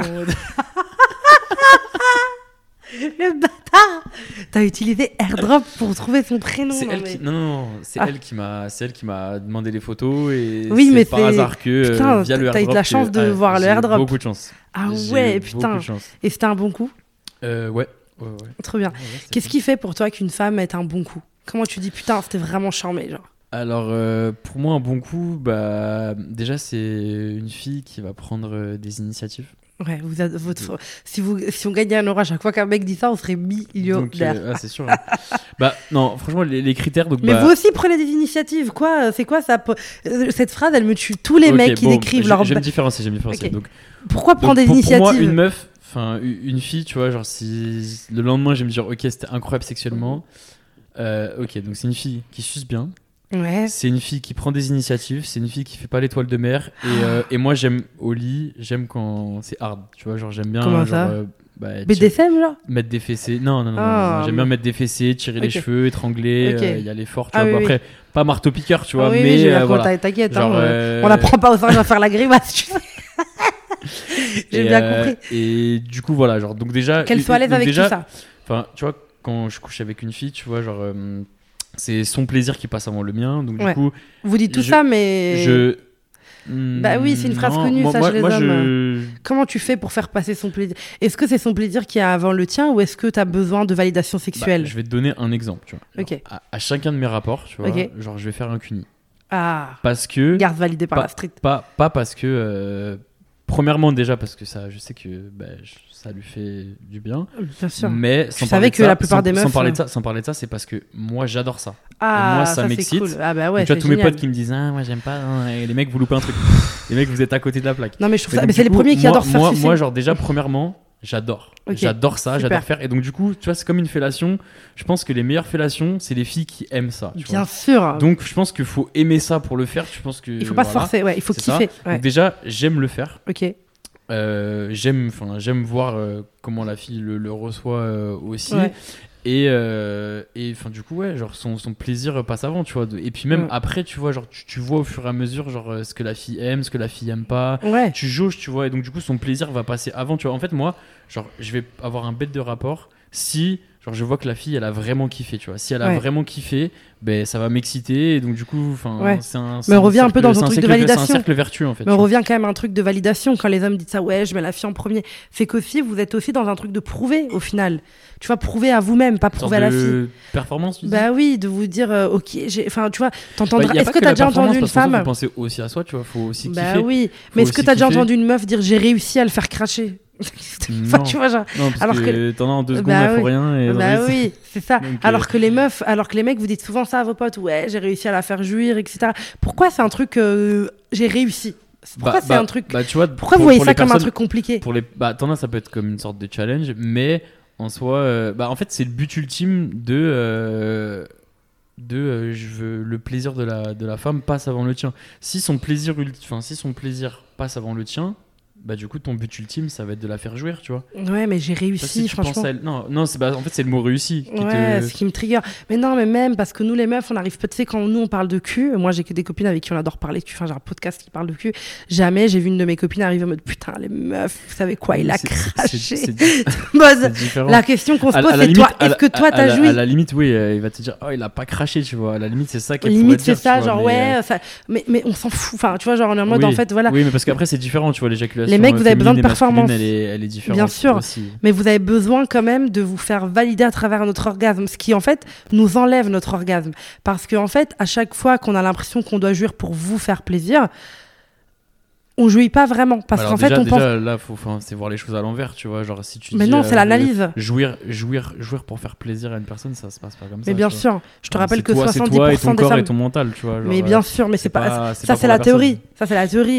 Le bâtard. T'as utilisé AirDrop pour trouver son prénom. C'est non, elle mais- qui, non, c'est Ah. elle qui m'a demandé les photos et Oui, c'est mais par c'est- hasard que Putain, via le t'as eu airdrop. de la chance de voir le j'ai eu airdrop. Beaucoup de chance. Ah J'ai ouais, eu putain. Beaucoup de chance. Et c'était un bon coup? Ouais. Trop bien. Ouais, c'était Qu'est-ce cool. qui fait pour toi qu'une femme est un bon coup? Comment tu dis putain, c'était vraiment charmé, genre? Alors, pour moi, un bon coup, déjà, c'est une fille qui va prendre des initiatives. Ouais, si on gagnait un euro à chaque fois qu'un mec dit ça, on serait Donc, millionnaire. c'est sûr. Hein. Non, franchement, les critères. Donc, Mais vous aussi prenez des initiatives, quoi? C'est quoi ça? Cette phrase, elle me tue tous les ok, mecs qui bon, décrivent leur. J'aime différencier. Ok. Donc, Pourquoi prendre des pour initiatives? moi, une meuf, enfin, une fille, tu vois, genre, si le lendemain, je vais me dire, ok, c'était incroyable sexuellement. Ok, donc c'est une fille qui suce bien. Ouais. C'est une fille qui prend des initiatives, c'est une fille qui fait pas l'étoile de mer et moi j'aime au lit, j'aime quand c'est hard, tu vois, genre j'aime bien Comment genre ça tirer- BDSM, genre? mettre des fessées. Non, Ah, j'aime bien mettre des fessées, tirer les Ok. cheveux, étrangler, Ok. y aller fort, tu Ah vois. oui, Bon, après pas marteau piqueur, tu vois, Ah oui, mais oui, j'ai bien voilà. compris, t'inquiète. Genre, On la prend pas au singe à faire la grimace, tu sais. J'ai bien compris. Et du coup voilà, genre donc déjà Qu'elle soit à l'aise donc avec déjà, tout ça. enfin, tu vois, quand je couche avec une fille, tu vois, genre c'est son plaisir qui passe avant le mien, donc Ouais. du coup Vous dites tout je- ça, mais. Bah oui, c'est une phrase connue, moi, ça, moi, chez les moi, hommes. Comment tu fais pour faire passer son plaisir? Est-ce que c'est son plaisir qui est avant le tien ou est-ce que t'as besoin de validation sexuelle? je vais te donner un exemple, tu vois. Ok. Genre, à chacun de mes rapports, tu vois, Ok. genre je vais faire un cuni. Ah, Parce que garde validée par pas, la street. pas parce que premièrement déjà parce que ça je sais que ça lui fait du bien, Bien sûr. mais Je savais que la plupart des meufs, sans parler de ça, c'est parce que moi j'adore ça. Ah, moi, ça c'est m'excite. cool. Ah bah ouais, Donc, tu vois c'est tous mes génial. potes qui me disent ah moi j'aime pas hein, et les mecs vous loupez un truc. Les mecs vous êtes à côté de la plaque. Non mais je trouve ça. donc, Mais du c'est les coup, premiers qui moi, adorent se faire sucer. moi genre déjà premièrement J'adore. Ok, J'adore ça, super. j'adore faire. Et donc, du coup, tu vois, c'est comme une fellation. Je pense que les meilleures fellations, c'est les filles qui aiment ça. Tu Bien vois. sûr. Donc, je pense qu'il faut aimer ça pour le faire. Je pense que, Il faut pas se forcer, ouais, il faut c'est ça. kiffer. Ouais. Donc, déjà, j'aime le faire. Ok. J'aime voir comment la fille le reçoit aussi. Ouais. Et enfin, du coup, ouais, genre son plaisir passe avant, tu vois. Et puis, même après, tu vois, genre, tu vois au fur et à mesure, genre, ce que la fille aime, ce que la fille aime pas. Ouais. Tu jauges, tu vois. Et donc, du coup, son plaisir va passer avant, tu vois. En fait, moi, genre, je vais avoir un bête de rapport si, genre, je vois que la fille, elle a vraiment kiffé, tu vois. Si elle a Ouais. vraiment kiffé, ben, ça va m'exciter. Et donc, du coup, enfin, Ouais. c'est un. Mais on revient un peu dans un c'est truc de cercle- validation. C'est un cercle vertueux, en fait. Mais on tu vois. revient quand même à un truc de validation quand les hommes disent ça, ouais, je mets la fille en premier. C'est qu'aussi, vous êtes aussi dans un truc de prouver au final. Tu vas prouver à vous-même, pas Une sorte prouver à la fille. de performance, tu dis. Bah oui, de vous dire, ok, enfin, tu vois, Bah, t'entendras. y a Est-ce pas que t'as la déjà entendu performance, une parce qu'en soi, femme faut penser aussi à soi, tu vois. Faut aussi Bah kiffer. oui, mais est-ce que aussi t'as déjà kiffer. entendu une meuf dire j'ai réussi à le faire cracher? Enfin, Non. tu vois, genre. Non, parce Alors que t'en as en 2 secondes, Bah il faut oui. rien. Et Bah le reste, oui, c'est ça. Donc, alors que les mecs, vous dites souvent ça à vos potes, ouais, j'ai réussi à la faire jouir, etc. Pourquoi c'est un truc, j'ai réussi? Pourquoi c'est un truc? Bah, tu vois, Pourquoi vous voyez ça comme un truc compliqué? T'en as, ça peut être comme une sorte de challenge, mais en soi, en fait, c'est le but ultime de je veux le plaisir de la femme passe avant le tien. Si son plaisir passe avant le tien, bah du coup ton but ultime ça va être de la faire jouir, tu vois. Ouais, mais j'ai Ça, si réussi, tu penses franchement. à elle- non, en fait c'est le mot réussi qui Ouais, te ce qui me trigger. Mais non, mais même parce que nous, les meufs, on arrive pas, tu sais, quand nous, on parle de cul, moi, j'ai que des copines avec qui on adore parler de cul, enfin, j'ai un podcast qui parle de cul. Jamais j'ai vu une de mes copines arriver en mode putain, les meufs, vous savez quoi, il a craché. c'est différent. La question qu'on se À pose, la c'est limite- toi, est-ce que toi, t'as joui? à la limite, oui, il va te dire, oh, il a pas craché, tu vois. À la limite, c'est ça qu'il Limite, pourrait c'est dire, ça, tu vois, genre, mais, ouais, ça... mais on s'en fout. Enfin, tu vois, genre, on est en mode, oui. en fait, voilà. Oui, mais parce qu'après, c'est différent, tu vois, l'éjaculation. Les mecs, vous avez besoin de féminine et masculine, performance. Elle est différente. Bien sûr. Aussi. Mais vous avez besoin quand même de vous faire valider à travers notre orgasme, ce qui en fait nous enlève notre orgasme. Parce qu'en fait, à chaque fois qu'on a l'impression qu'on doit jouir pour vous faire plaisir, on jouit pas vraiment. Parce Alors qu'en fait, on pense. là, c'est voir les choses à l'envers, tu vois. Genre, si tu Mais dis, non, c'est l'analyse. Jouir pour faire plaisir à une personne, ça se passe pas comme ça. Mais bien tu vois. sûr, je te rappelle C'est que toi, 70% c'est toi et ton des corps femmes. et ton mental, tu vois. Genre, Mais bien sûr, mais c'est pas. Ça, pas c'est pour la personne. théorie. Ça, c'est la théorie.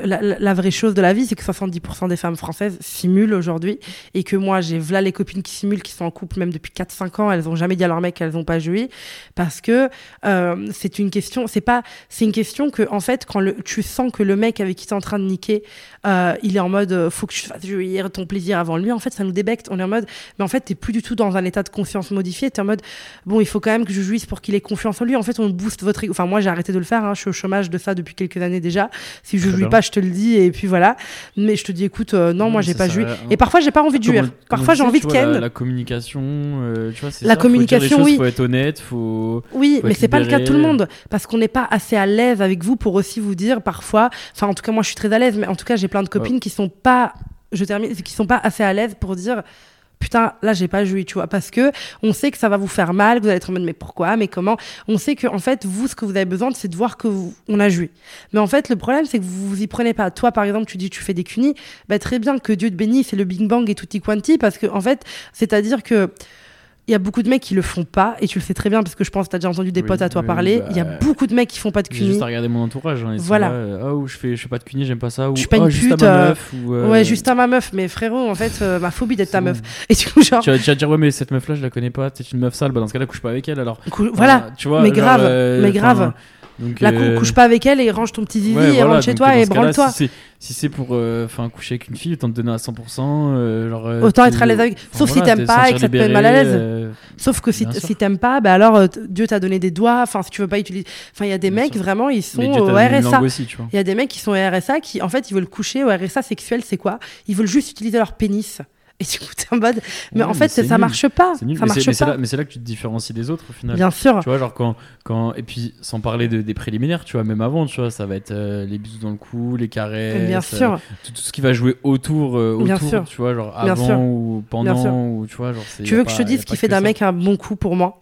La vraie chose de la vie, c'est que 70% des femmes françaises simulent aujourd'hui. Et que moi, j'ai v'là les copines qui simulent, qui sont en couple même depuis 4-5 ans. Elles ont jamais dit à leur mec qu'elles ont pas joui. Parce que c'est une question. C'est une question que, en fait, quand tu sens que le mec avec qui t'es en train de niquer, il est en mode faut que tu fasses jouir ton plaisir avant lui. En fait, ça nous débecte. On est en mode, mais en fait, t'es plus du tout dans un état de confiance modifié. T'es en mode, bon, il faut quand même que je jouisse pour qu'il ait confiance en lui. En fait, on booste votre ego. Enfin, moi, j'ai arrêté de le faire. Je suis au chômage de ça depuis quelques années déjà. Si je Très jouis bien. pas, je te le dis. Et puis voilà. Mais je te dis, écoute, non, moi, j'ai c'est pas ça, joui. hein. Et parfois, j'ai pas envie de jouir. Comme on Parfois, j'ai disait, envie tu de vois, ken. la communication, tu vois, c'est La ça. communication, faut dire les choses, oui. faut être honnête, faut. Oui, Faut mais être c'est pas le cas de tout le libéré. monde parce qu'on n'est pas assez à l'aise avec vous pour aussi vous dire parfois. Enfin, en tout cas, moi, je suis très à l'aise, mais en tout cas, j'ai plein de copines qui sont pas. Je termine, qui sont pas assez à l'aise pour dire. Putain, là, j'ai pas joui, tu vois, parce que on sait que ça va vous faire mal, que vous allez être en mode, mais pourquoi, mais comment? On sait que, en fait, vous, ce que vous avez besoin, c'est de voir on a joui. Mais en fait, le problème, c'est que vous vous y prenez pas. Toi, par exemple, tu dis, tu fais des cunis, bah, très bien, que Dieu te bénisse, c'est le Big Bang et tutti quanti, parce que, en fait, c'est-à-dire que, il y a beaucoup de mecs qui le font pas, et tu le sais très bien, parce que je pense que tu as déjà entendu des Oui, potes à toi oui, parler. bah, Il y a beaucoup de mecs qui font pas de J'ai juste cunis. à regarder mon entourage. Hein, ils sont Voilà. là, oh, je fais pas de cunis, j'aime pas ça. Ou Je suis pas une juste à pute, ma meuf. Ou, Ouais, juste à ma meuf, mais frérot, en fait, ma phobie d'être c'est ta bon. meuf. Et du coup, genre, Tu vas dire, ouais, mais cette meuf-là, je la connais pas, c'est une meuf sale, bah dans ce cas-là, couche pas avec elle alors. voilà. Tu vois, Mais genre, grave, mais grave. enfin, donc, Couche pas avec elle et range ton petit zizi ouais, et voilà, rentre chez donc, toi dans et ce cas-là, branle-toi. Si c'est pour coucher avec une fille, autant te donner à 100%. Autant être à l'aise avec. Sauf si t'aimes pas et que ça te met mal à l'aise. Sauf que si bien sûr. t'aimes pas, bah alors Dieu t'a donné des doigts. Enfin, si tu veux pas utiliser. Enfin, il y a des Bien mecs sûr. vraiment, ils sont Mais Dieu au t'a donné une RSA. langue aussi, tu vois. Il y a des mecs qui sont au RSA qui, en fait, ils veulent coucher au RSA sexuel, c'est quoi? Ils veulent juste utiliser leur pénis. Et du coup, t'es en mode. Mais Ouais, en fait, c'est ça nul. marche pas. C'est nul. Ça Mais marche mais pas. mais c'est là que tu te différencies des autres au final. Bien sûr. Tu vois, genre et puis sans parler des préliminaires, tu vois, même avant, tu vois, ça va être les bisous dans le cou, les caresses, Bien sûr. tout ce qui va jouer autour, Bien sûr. tu vois, genre Bien avant sûr. ou Bien sûr. pendant, ou tu vois, genre. Tu veux que je te dise ce qui fait d'un mec un bon coup pour moi?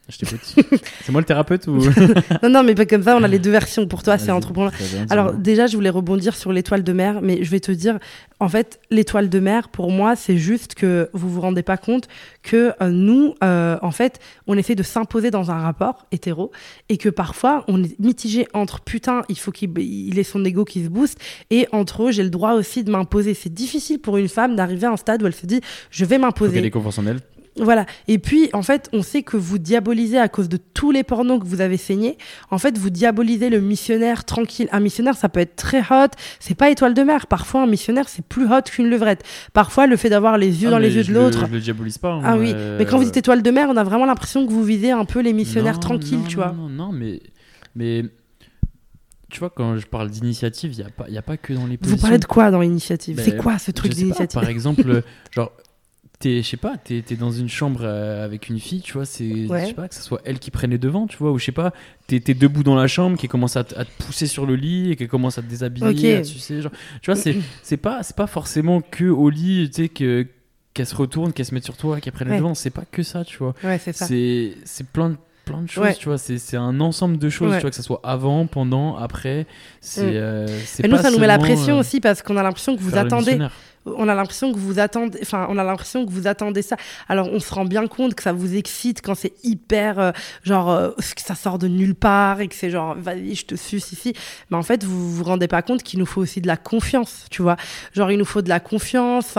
Je t'écoute. C'est moi le thérapeute ou... Non, mais pas comme ça, on a les deux versions. Pour toi, c'est entrepreneur. Bien, Alors, déjà, je voulais rebondir sur l'étoile de mer, mais je vais te dire, en fait, l'étoile de mer, pour moi, c'est juste que vous vous rendez pas compte que nous, en fait, on essaie de s'imposer dans un rapport hétéro et que parfois, on est mitigé entre putain, il faut qu'il ait son ego qui se booste et entre eux, j'ai le droit aussi de m'imposer. C'est difficile pour une femme d'arriver à un stade où elle se dit, je vais m'imposer. Faut qu'elle ait confiance en elle. Voilà. Et puis, en fait, on sait que vous diabolisez à cause de tous les pornos que vous avez saignés. En fait, vous diabolisez le missionnaire tranquille. Un missionnaire, ça peut être très hot. C'est pas étoile de mer. Parfois, un missionnaire, c'est plus hot qu'une levrette. Parfois, le fait d'avoir les yeux dans les yeux de l'autre. Je le diabolise pas. Hein, ah oui. Mais quand vous dites étoile de mer, on a vraiment l'impression que vous visez un peu les missionnaires tranquilles, tu vois. Non, mais tu vois, quand je parle d'initiative, il y a pas que dans les positions. Vous parlez de quoi dans l'initiative? C'est quoi ce truc d'initiative? Par exemple, genre... T'es dans une chambre avec une fille, tu vois, je sais pas, que ce soit elle qui prenne les devants, tu vois, ou je sais pas, t'es debout dans la chambre, qui commence à te pousser sur le lit et qui commence à te déshabiller, à te sucer, genre, tu vois, c'est pas forcément que au lit, tu sais, qu'elle se retourne, qu'elle se mette sur toi, qu'elle prenne les devants, c'est pas que ça, tu vois. Ouais, c'est ça. C'est plein de choses, tu vois, c'est un ensemble de choses, tu vois, que ce soit avant, pendant, après, c'est et nous, ça nous met la pression aussi parce qu'on a l'impression que vous attendez. On a l'impression que vous attendez, ça. Alors, on se rend bien compte que ça vous excite quand c'est hyper, que ça sort de nulle part et que c'est genre, vas-y, je te suce ici. Mais en fait, vous vous rendez pas compte qu'il nous faut aussi de la confiance, tu vois. Genre, il nous faut de la confiance.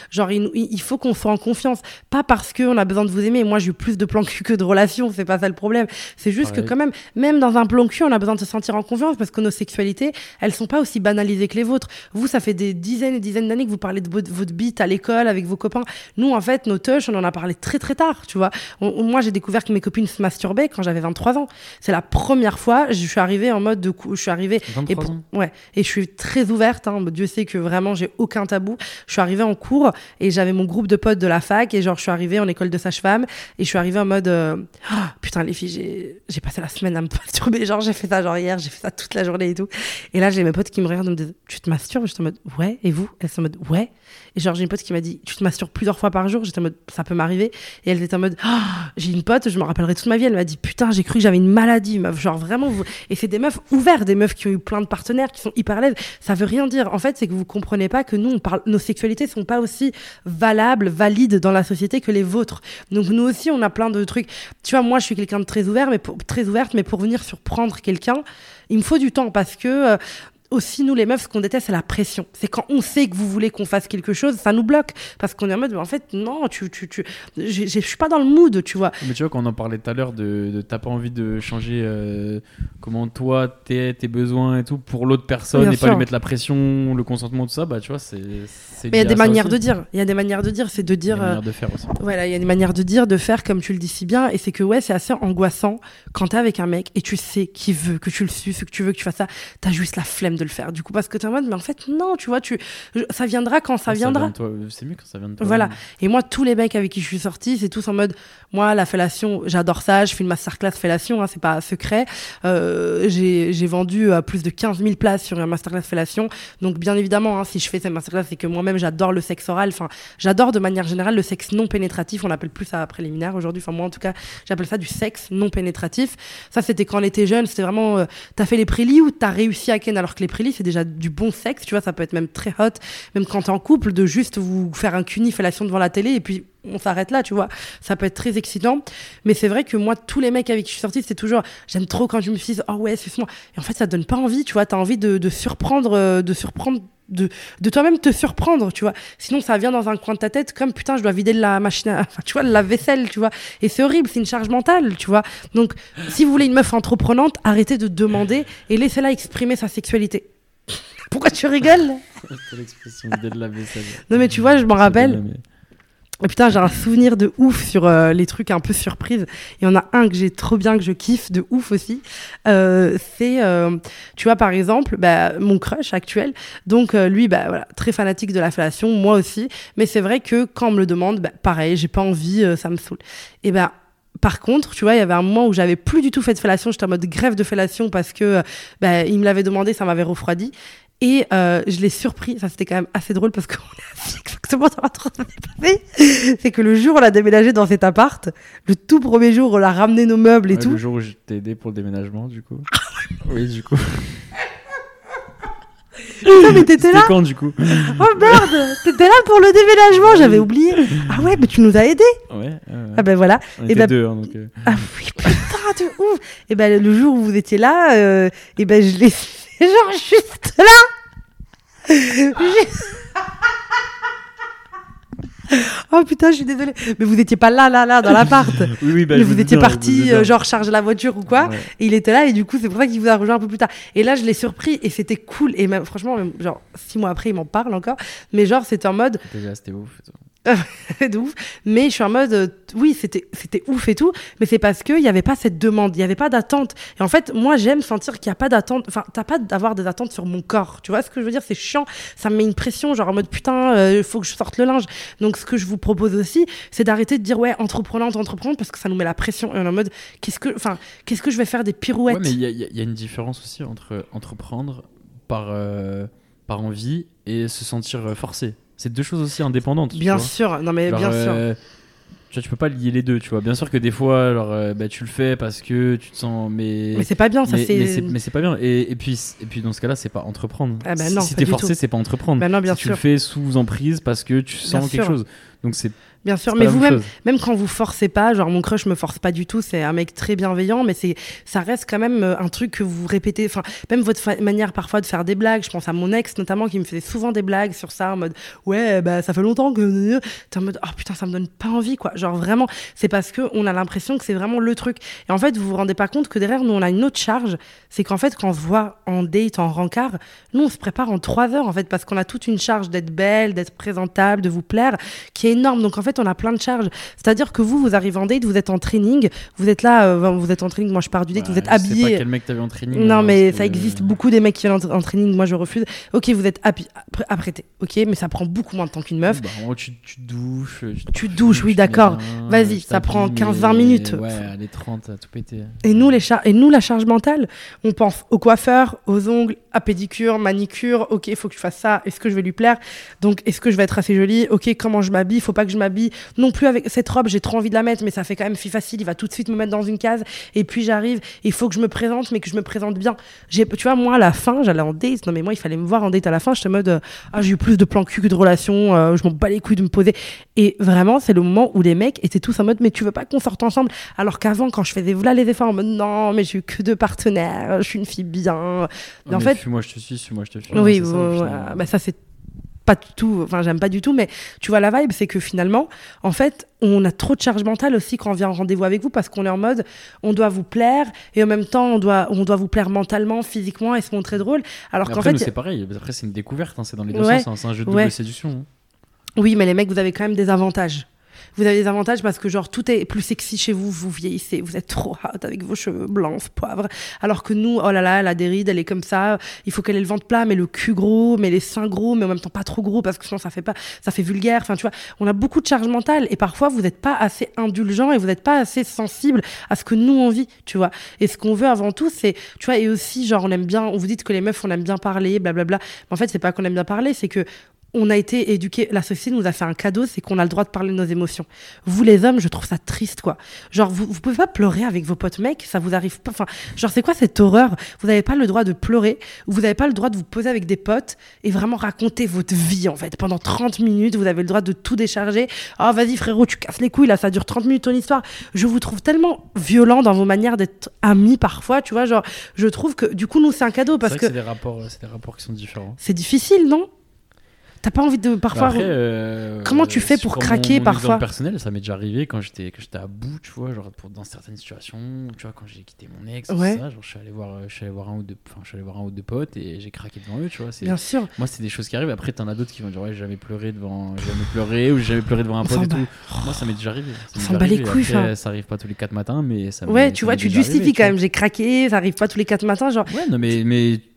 Il faut qu'on soit en confiance. Pas parce qu'on a besoin de vous aimer. Moi, j'ai eu plus de plans cul que de relations. C'est pas ça le problème. C'est juste que quand même dans un plan cul, on a besoin de se sentir en confiance parce que nos sexualités, elles sont pas aussi banalisées que les vôtres. Vous, ça fait des dizaines et dizaines d'années que vous parlez de votre bite à l'école avec vos copains. Nous, en fait, nos touches, on en a parlé très très tard, tu vois. Moi, j'ai découvert que mes copines se masturbaient quand j'avais 23 ans. C'est la première fois, je suis arrivée en mode je suis arrivée 23 ans. Ouais, et je suis très ouverte, hein. Dieu sait que vraiment j'ai aucun tabou. Je suis arrivée en cours et j'avais mon groupe de potes de la fac et genre je suis arrivée en école de sage-femme et je suis arrivée en mode putain les filles, j'ai passé la semaine à me masturber, genre j'ai fait ça genre hier, j'ai fait ça toute la journée et tout. Et là, j'ai mes potes qui me regardent et me disent tu te masturbes? J'étais en mode ouais, et vous? Elles sont en mode ouais. Et genre j'ai une pote qui m'a dit tu te masturbes plusieurs fois par jour? J'étais en mode ça peut m'arriver. Et elle était en mode j'ai une pote, je me rappellerai toute ma vie, elle m'a dit putain j'ai cru que j'avais une maladie meuf, genre vraiment vous... Et c'est des meufs ouvertes, des meufs qui ont eu plein de partenaires, qui sont hyper à l'aise. Ça veut rien dire en fait, c'est que vous comprenez pas que nous on parle, nos sexualités sont pas aussi valables, valides dans la société que les vôtres. Donc nous aussi on a plein de trucs, tu vois. Moi je suis quelqu'un de très ouvert, très ouverte, mais pour venir surprendre quelqu'un il me faut du temps parce que aussi, nous, les meufs, ce qu'on déteste, c'est la pression. C'est quand on sait que vous voulez qu'on fasse quelque chose, ça nous bloque. Parce qu'on est en mode, en fait, non, je suis pas dans le mood, tu vois. Mais tu vois, quand on en parlait tout à l'heure, t'as pas envie de changer comment toi, tes besoins et tout pour l'autre personne. Bien et sûr. Pas lui mettre la pression, le consentement, tout ça, bah tu vois, c'est mais il y a des manières de dire. Il y a des manières de dire, c'est de dire. Il y a des manières de faire aussi. Voilà, il y a des manières de dire, de faire, comme tu le dis si bien. Et c'est que, ouais, c'est assez angoissant quand t'es avec un mec et tu sais qu'il veut que tu le suces, que tu veux que tu fasses ça. T'as juste la flemme de le faire. Du coup, parce que t'es en mode, mais en fait, non, tu vois, ça viendra quand ça viendra. C'est mieux quand ça vient de toi. Voilà. Et moi, tous les mecs avec qui je suis sortie, c'est tous en mode, moi, la fellation, j'adore ça. Je fais une masterclass fellation, hein, c'est pas secret. J'ai vendu plus de 15 000 places sur une masterclass fellation. Donc, bien évidemment, hein, si je fais cette masterclass, c'est que moi-même, j'adore le sexe oral. Enfin, j'adore de manière générale le sexe non pénétratif. On appelle plus ça préliminaire aujourd'hui. Enfin, moi, en tout cas, j'appelle ça du sexe non pénétratif. Ça, c'était quand on était jeune. C'était vraiment, t'as fait les prélis ou t'as réussi à ken, alors que les prélis, c'est déjà du bon sexe, tu vois, ça peut être même très hot, même quand t'es en couple, de juste vous faire un cuni fellation devant la télé et puis on s'arrête là, tu vois. Ça peut être très excitant. Mais c'est vrai que moi, tous les mecs avec qui je suis sortie, c'est toujours, j'aime trop quand je me suis dit, oh ouais, suce-moi. Et en fait, ça te donne pas envie, tu vois. T'as envie de surprendre, de toi-même te surprendre, tu vois. Sinon, ça vient dans un coin de ta tête comme putain, je dois vider la machine enfin, tu vois, la vaisselle, tu vois. Et c'est horrible, c'est une charge mentale, tu vois. Donc, si vous voulez une meuf entreprenante, arrêtez de demander et laissez-la exprimer sa sexualité. Pourquoi tu rigoles? C'est l'expression vider de la vaisselle. Non, mais tu vois, je m'en rappelle. Et putain, j'ai un souvenir de ouf sur les trucs un peu surprises. Il y en a un que j'ai trop bien, que je kiffe de ouf aussi. C'est, tu vois, par exemple, mon crush actuel. Donc, lui, voilà, très fanatique de la fellation, moi aussi. Mais c'est vrai que quand on me le demande, pareil, j'ai pas envie, ça me saoule. Et par contre, tu vois, il y avait un moment où j'avais plus du tout fait de fellation. J'étais en mode grève de fellation parce que il me l'avait demandé, ça m'avait refroidi. Et je l'ai surpris. Ça, c'était quand même assez drôle parce qu'on est assis exactement trop ça s'est passé. C'est que le jour où on a déménagé dans cet appart, le tout premier jour où on a ramené nos meubles et tout. Le jour où je t'ai aidé pour le déménagement, du coup. Oui, du coup. Putain, mais t'étais là. C'était quand, du coup? Oh merde, t'étais là pour le déménagement, j'avais oublié. Ah ouais, mais tu nous as aidés. Ouais. Ah ben voilà. On Et était deux, hein, donc. Ah oui, putain de ouf. Et ben le jour où vous étiez là, et ben je l'ai fait genre juste là. Oh putain, je suis désolée. Mais vous étiez pas là, dans l'appart. Oui, mais vous étiez parti, genre charger la voiture ou quoi. Ouais. Et il était là, et du coup, c'est pour ça qu'il vous a rejoint un peu plus tard. Et là, je l'ai surpris, et c'était cool. Et même, franchement, même, genre, 6 mois après, il m'en parle encore. Mais genre, c'était en mode. Déjà, c'était ouf. De ouf. Mais je suis en mode, oui, c'était ouf et tout, mais c'est parce qu'il n'y avait pas cette demande, il n'y avait pas d'attente. Et en fait, moi, j'aime sentir qu'il n'y a pas d'attente. Enfin, t'as pas d'avoir des attentes sur mon corps. Tu vois ce que je veux dire? C'est chiant. Ça me met une pression, genre en mode putain, il faut que je sorte le linge. Donc, ce que je vous propose aussi, c'est d'arrêter de dire ouais, entreprenante, parce que ça nous met la pression. Et on est en mode, qu'est-ce que je vais faire des pirouettes? Ouais, mais il y a une différence aussi entre entreprendre par envie et se sentir forcé. C'est deux choses aussi indépendantes. Bien sûr, non mais genre, bien sûr. Tu peux pas lier les deux, tu vois. Bien sûr que des fois, alors, tu le fais parce que tu te sens, mais c'est pas bien, ça c'est. Mais c'est pas bien. Et puis dans ce cas-là, c'est pas entreprendre. Ah bah non, si t'es forcé, c'est pas entreprendre. Bah non, bien si sûr. Tu le fais sous emprise parce que tu sens quelque chose. Donc c'est. Bien sûr, mais vous-même, même quand vous forcez pas, genre mon crush me force pas du tout, c'est un mec très bienveillant, mais ça reste quand même un truc que vous répétez, enfin, même votre manière parfois de faire des blagues, je pense à mon ex notamment qui me faisait souvent des blagues sur ça, en mode, ouais, bah ça fait longtemps que... T'es en mode, oh putain, ça me donne pas envie, quoi. Genre vraiment, c'est parce qu'on a l'impression que c'est vraiment le truc. Et en fait, vous vous rendez pas compte que derrière, nous, on a une autre charge, c'est qu'en fait, quand on se voit en date, en rencard, nous, on se prépare en 3 heures, en fait, parce qu'on a toute une charge d'être belle, d'être présentable, de vous plaire, qui est énorme. Donc en fait, on a plein de charges. C'est-à-dire que vous arrivez en date, vous êtes en training, vous êtes là, vous êtes en training, moi je pars du date, vous êtes habillé. Je sais pas quel mec t'avais en training. Non, mais ça existe beaucoup des mecs qui viennent en training, moi je refuse. Ok, vous êtes apprêté, ok, mais ça prend beaucoup moins de temps qu'une meuf. Tu douches. Tu douches, oui, d'accord. Vas-y, ça prend 15-20 minutes. Ouais, les 30, à tout péter. Et nous, la charge mentale, on pense au coiffeur, aux ongles, à pédicure, manicure, ok, il faut que je fasse ça, est-ce que je vais lui plaire? Donc, est-ce que je vais être assez jolie? Ok, comment je m'habille? Faut pas que je m'habille non plus avec cette robe, j'ai trop envie de la mettre, mais ça fait quand même fille facile, il va tout de suite me mettre dans une case, et puis j'arrive, il faut que je me présente, mais que je me présente bien. Tu vois, moi, à la fin, j'allais en date, non mais moi, il fallait me voir en date à la fin, j'étais en mode, j'ai eu plus de plans cul que de relations, je m'en bats les couilles de me poser. Et vraiment, c'est le moment où les mecs étaient tous en mode, mais tu veux pas qu'on sorte ensemble? Alors qu'avant, quand je faisais voilà les efforts en mode, non, mais j'ai eu que 2 partenaires, je suis une fille bien. Et en fait, suis-moi je te suis. Oui, bah ça c'est pas du tout, enfin j'aime pas du tout, mais tu vois la vibe, c'est que finalement, en fait, on a trop de charge mentale aussi quand on vient en rendez-vous avec vous, parce qu'on est en mode, on doit vous plaire, et en même temps, on doit vous plaire mentalement, physiquement, et se montrer drôle. Alors qu'en fait, c'est pareil, après c'est une découverte, hein, c'est dans les deux sens, hein, c'est un jeu de double séduction. Hein. Oui, mais les mecs, vous avez quand même des avantages. Vous avez des avantages parce que genre tout est plus sexy chez vous, vous vieillissez, vous êtes trop hot avec vos cheveux blancs, poivre. Alors que nous, oh là là, elle a des rides, elle est comme ça, il faut qu'elle ait le ventre plat, mais le cul gros, mais les seins gros, mais en même temps pas trop gros parce que sinon ça fait vulgaire. Enfin, tu vois, on a beaucoup de charge mentale et parfois vous n'êtes pas assez indulgent et vous n'êtes pas assez sensible à ce que nous on vit, tu vois. Et ce qu'on veut avant tout, c'est, tu vois, et aussi genre on aime bien, on vous dit que les meufs on aime bien parler, blablabla. Mais en fait, c'est pas qu'on aime bien parler, c'est que on a été éduqués, la société nous a fait un cadeau, c'est qu'on a le droit de parler de nos émotions. Vous les hommes, je trouve ça triste, quoi. Genre, vous pouvez pas pleurer avec vos potes mecs, ça vous arrive pas, enfin, genre, c'est quoi cette horreur? Vous n'avez pas le droit de pleurer, vous n'avez pas le droit de vous poser avec des potes et vraiment raconter votre vie, en fait. Pendant 30 minutes, vous avez le droit de tout décharger. Oh, vas-y, frérot, tu casses les couilles, là, ça dure 30 minutes ton histoire. Je vous trouve tellement violent dans vos manières d'être amis, parfois, tu vois, genre, je trouve que, du coup, nous, c'est un cadeau parce que c'est des rapports qui sont différents. C'est difficile, non? T'as pas envie de parfois. Après, comment tu fais pour craquer mon parfois? Personnel, ça m'est déjà arrivé quand j'étais à bout, tu vois, genre dans certaines situations, tu vois, quand j'ai quitté mon ex, tout ça, genre je suis allé voir un ou deux potes et j'ai craqué devant eux, tu vois. Bien sûr. Moi, c'est des choses qui arrivent. Après, t'en as d'autres qui vont dire ouais, j'ai jamais pleuré ou j'ai jamais pleuré devant un pote et tout. Moi, ça m'est déjà arrivé. On s'en bat les couilles. Après, ça arrive pas tous les 4 matins, mais ça. Ouais, tu vois, tu justifies quand même. J'ai craqué, ça arrive pas tous les 4 matins, genre. Ouais, non, mais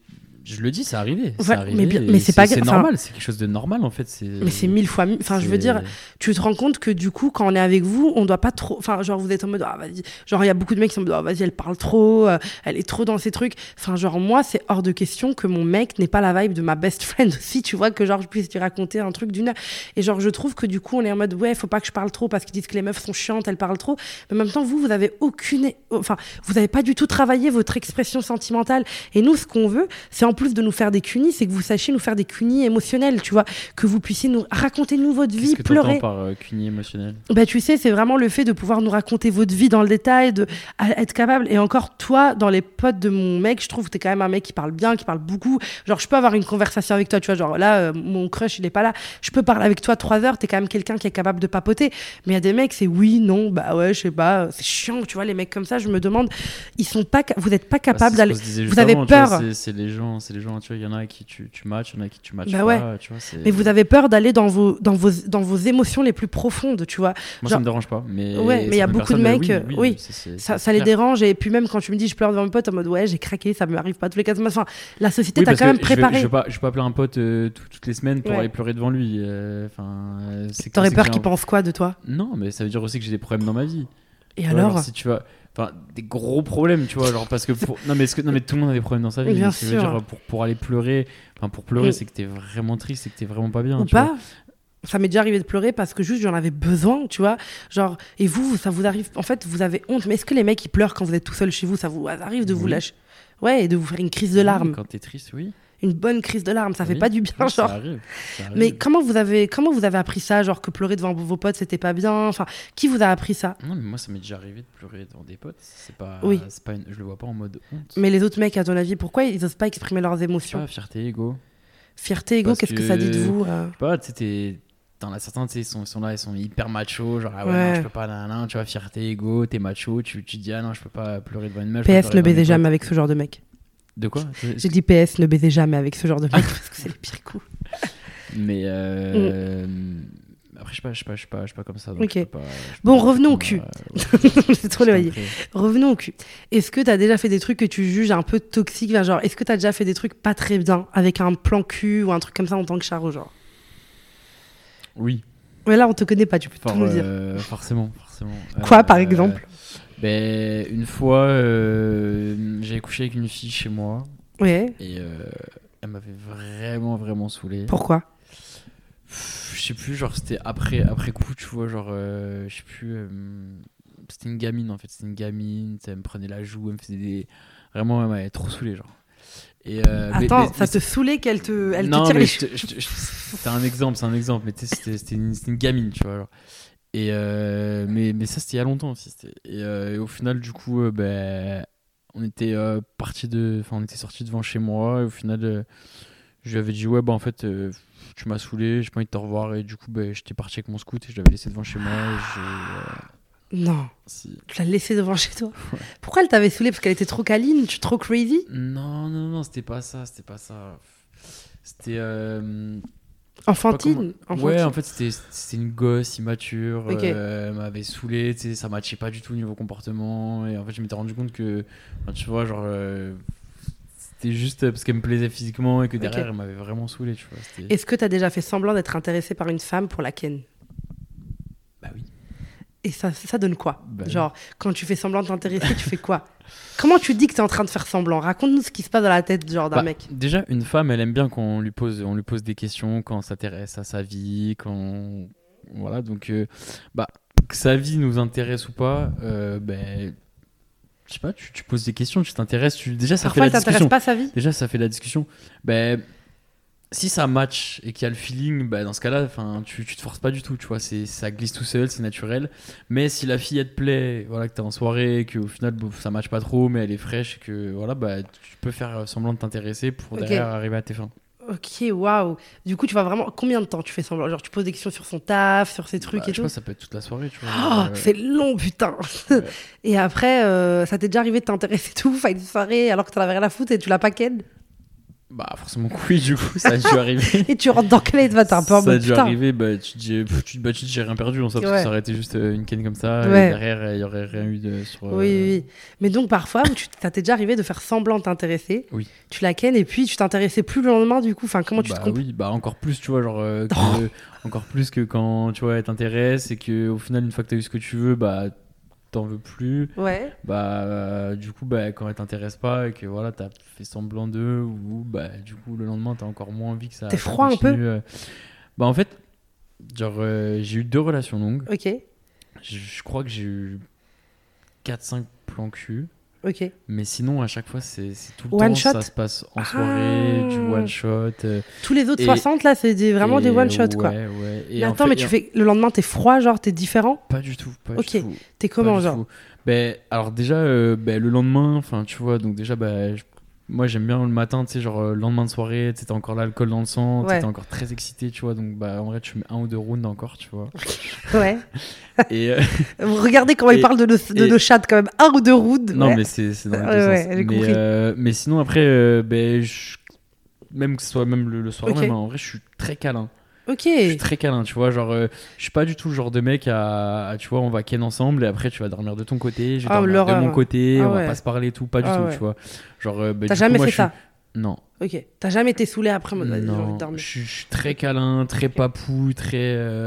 je le dis, c'est arrivé. Ouais, mais c'est pas c'est grave. normal, c'est quelque chose de normal en fait. Mais c'est 1000 fois. Enfin, je veux dire, tu te rends compte que du coup, quand on est avec vous, on doit pas trop. Enfin, genre, vous êtes en mode, ah, vas-y. Genre, il y a beaucoup de mecs qui sont en mode, ah, vas-y, elle parle trop, elle est trop dans ses trucs. Enfin, genre, moi, c'est hors de question que mon mec n'ait pas la vibe de ma best friend aussi, tu vois, que genre, je puisse lui raconter un truc d'une heure. Et genre, je trouve que du coup, on est en mode, ouais, faut pas que je parle trop parce qu'ils disent que les meufs sont chiantes, elles parlent trop. Mais en même temps, vous avez aucune. Enfin, vous avez pas du tout travaillé votre expression sentimentale. Et nous, ce qu'on veut, c'est en plus de nous faire des cunis, c'est que vous sachiez nous faire des cunis émotionnels, tu vois, que vous puissiez nous raconter votre vie, Qu'est-ce que pleurer. t'entends par cunis émotionnel? Bah, tu sais, c'est vraiment le fait de pouvoir nous raconter votre vie dans le détail, être capable. Et encore, toi, dans les potes de mon mec, je trouve que t'es quand même un mec qui parle bien, qui parle beaucoup. Genre, je peux avoir une conversation avec toi, tu vois, genre là, mon crush, il est pas là. Je peux parler avec toi 3 heures, t'es quand même quelqu'un qui est capable de papoter. Mais il y a des mecs, c'est oui, non, bah ouais, je sais pas, c'est chiant, tu vois, les mecs comme ça, je me demande, vous êtes pas capable d'aller. Vous avez peur. C'est les gens, tu vois, il y en a avec qui tu matches, il y en a avec qui tu matches bah pas, ouais. tu vois. Mais vous avez peur d'aller dans vos émotions les plus profondes, tu vois. Moi, genre, ça me dérange pas. Mais il y a beaucoup de mecs, oui, ça les dérange. Et puis même quand tu me dis je pleure devant mes potes, en mode ouais, j'ai craqué, ça m'arrive pas tous les 4 mois. Enfin, la société t'a quand même préparé. Je vais pas appeler un pote toutes les semaines pour aller pleurer devant lui. T'aurais peur qu'il pense quoi de toi? Non, mais ça veut dire aussi que j'ai des problèmes dans ma vie. Et alors genre, si tu vas... Enfin, des gros problèmes, tu vois, genre parce que non mais tout le monde a des problèmes dans sa vie. Bien sûr. Veux dire, pour aller pleurer, pour pleurer, c'est que t'es vraiment triste, c'est que t'es vraiment pas bien. Ou pas. Ça m'est déjà arrivé de pleurer parce que juste j'en avais besoin, tu vois. Genre, et vous, ça vous arrive, en fait, vous avez honte. Mais est-ce que les mecs ils pleurent quand vous êtes tout seul chez vous? Ça vous arrive de vous lâcher? Ouais, et de vous faire une crise de larmes. Quand t'es triste, oui. Une bonne crise de larmes, ça fait pas du bien, genre. Ça arrive. Mais comment vous avez appris ça, genre que pleurer devant vos potes c'était pas bien? Enfin, qui vous a appris ça? Non, mais moi ça m'est déjà arrivé de pleurer devant des potes. Oui. Je le vois pas en mode honte. Mais les autres mecs, à ton avis, pourquoi ils osent pas exprimer leurs émotions? Fierté, ego. Fierté, ego, qu'est-ce que ça dit de vous? Je sais pas, tu sais, t'en as certains, tu sais, ils sont là, ils sont hyper machos, genre, ah ouais, non, je peux pas, tu vois, fierté, ego, t'es macho, tu dis, ah non, je peux pas pleurer devant une meuf. PS, ne baisez jamais avec ce genre de mec. De quoi? J'ai dit PS, ne baisez jamais avec ce genre de mec parce que c'est les pires coups. Mais après, je sais pas comme ça. Donc ok. Bon, revenons au cul. C'est trop le Revenons au cul. Est-ce que t'as déjà fait des trucs que tu juges un peu toxiques, genre, est-ce que t'as déjà fait des trucs pas très bien avec un plan cul ou un truc comme ça en tant que charo, genre? Oui. Mais là, on te connaît pas, tu peux tout nous dire. Forcément. Quoi, par exemple? Une fois, j'avais couché avec une fille chez moi. Ouais. Et elle m'avait vraiment saoulé. Pourquoi? Je sais plus, genre c'était après coup, tu vois, genre je sais plus. C'était une gamine en fait, elle me prenait la joue, elle me faisait des. Vraiment, elle m'avait trop saoulé, genre. Et, attends, ça te saoulait qu'elle te tire les cheveux? C'était un exemple, mais c'était une gamine, tu vois, genre. Et mais ça c'était il y a longtemps aussi. Et au final du coup on était sortis devant chez moi et au final je lui avais dit ouais en fait tu m'as saoulé, j'ai pas envie de te revoir et du coup j'étais parti avec mon scoot et je l'avais laissé devant chez moi et non, si. Tu l'as laissé devant chez toi? Ouais. Pourquoi elle t'avait saoulé? Parce qu'elle était trop câline, trop crazy? Non, c'était pas ça. C'était enfantine. Ouais, en fait, c'était une gosse immature. Okay. Elle m'avait saoulé, tu sais, ça matchait pas du tout au niveau comportement. Et en fait, je m'étais rendu compte que, tu vois, genre, c'était juste parce qu'elle me plaisait physiquement et que derrière, elle m'avait vraiment saoulé, tu vois. Est-ce que t'as déjà fait semblant d'être intéressé par une femme pour la ken? Bah oui. Et ça donne quoi? Genre, quand tu fais semblant de t'intéresser, tu fais quoi? Comment tu dis que t'es en train de faire semblant? Raconte-nous ce qui se passe dans la tête genre d'un mec. Déjà, une femme, elle aime bien qu'on lui pose des questions quand on s'intéresse à sa vie, voilà, donc que sa vie nous intéresse ou pas, je sais pas, tu poses des questions, tu t'intéresses, déjà ça Parfois, fait la discussion. Pas sa vie. Déjà ça fait la discussion. Si ça match et qu'il y a le feeling, dans ce cas-là, tu te forces pas du tout, tu vois, ça glisse tout seul, c'est naturel. Mais si la fille elle te plaît, voilà, que t'es en soirée, que au final ça match pas trop, mais elle est fraîche, et que voilà, tu peux faire semblant de t'intéresser pour derrière arriver à tes fins. Ok, waouh. Du coup, tu vas vraiment. Combien de temps tu fais semblant? Genre, tu poses des questions sur son taf, sur ses trucs et tout? Je pense que ça peut être toute la soirée, tu vois. Oh, c'est long, putain. Ouais. Et après, ça t'est déjà arrivé de t'intéresser tout, faire une soirée alors que t'en avais rien à foutre et tu l'as pas ken? Bah forcément que oui, du coup ça a dû arriver. Et tu rentres dans quel état? T'es un peu en Ça a mode dû putain. arriver, bah tu te dis, j'ai rien perdu en ça, parce que Ouais. ça aurait été juste une ken comme ça, Ouais. et derrière il y aurait rien eu de sur. Oui, oui. Mais donc parfois, ça t'est déjà arrivé de faire semblant t'intéresser. Oui. Tu la ken et puis tu t'intéressais plus le lendemain du coup. Enfin, comment tu te Bah comprends? oui, bah encore plus, tu vois, genre Oh. encore plus que quand tu vois elle t'intéresse et que au final une fois que t'as eu ce que tu veux, bah t'en veux plus. Ouais. Bah du coup bah quand elle t'intéresse pas et que voilà t'as fait semblant d'eux, ou bah du coup le lendemain t'as encore moins envie que ça. T'es ça froid un peu? continue. Bah en fait genre j'ai eu 2 relations longues. Ok. Je crois que j'ai eu 4-5 plans cul. Ok. Mais sinon, à chaque fois, c'est tout le One temps. shot? Ça se passe en soirée, du one shot. Tous les autres Et- 60 là, c'est vraiment des one shot quoi. Ouais. Et Mais en attends, fait- mais tu fais le lendemain, t'es froid, genre t'es différent? Pas du tout. Pas Ok. du tout. T'es Pas comment du genre? tout. Ben, alors déjà, le lendemain, enfin, tu vois, donc déjà, moi j'aime bien le matin, tu sais, genre le lendemain de soirée, tu sais, t'as encore l'alcool dans le sang, Ouais. t'es encore très excité, tu vois, donc bah en vrai, tu mets 1 ou 2 rounds encore, tu vois. Ouais. Et Regardez comment il Et- parle de et- nos chats quand même. 1 ou 2 rounds. non, Ouais. mais c'est dans les Ouais, deux ouais, sens. j'ai compris. Mais sinon, après, même que ce soit même le soir Ok. même, hein, en vrai, je suis très câlin. Ok. Je suis très câlin, tu vois, genre je suis pas du tout le genre de mec tu vois, on va ken ensemble et après tu vas dormir de ton côté, je vais Ah, dormir de l'horreur. mon côté, Ah on va ouais. pas se parler et tout, pas du Ah tout, ouais. tu vois. Genre T'as du jamais coup, moi, fait je suis- ça? Non. Ok. T'as jamais été saoulé après en mode vas-y, j'ai envie de Non, dormir. je suis très câlin, très papou, très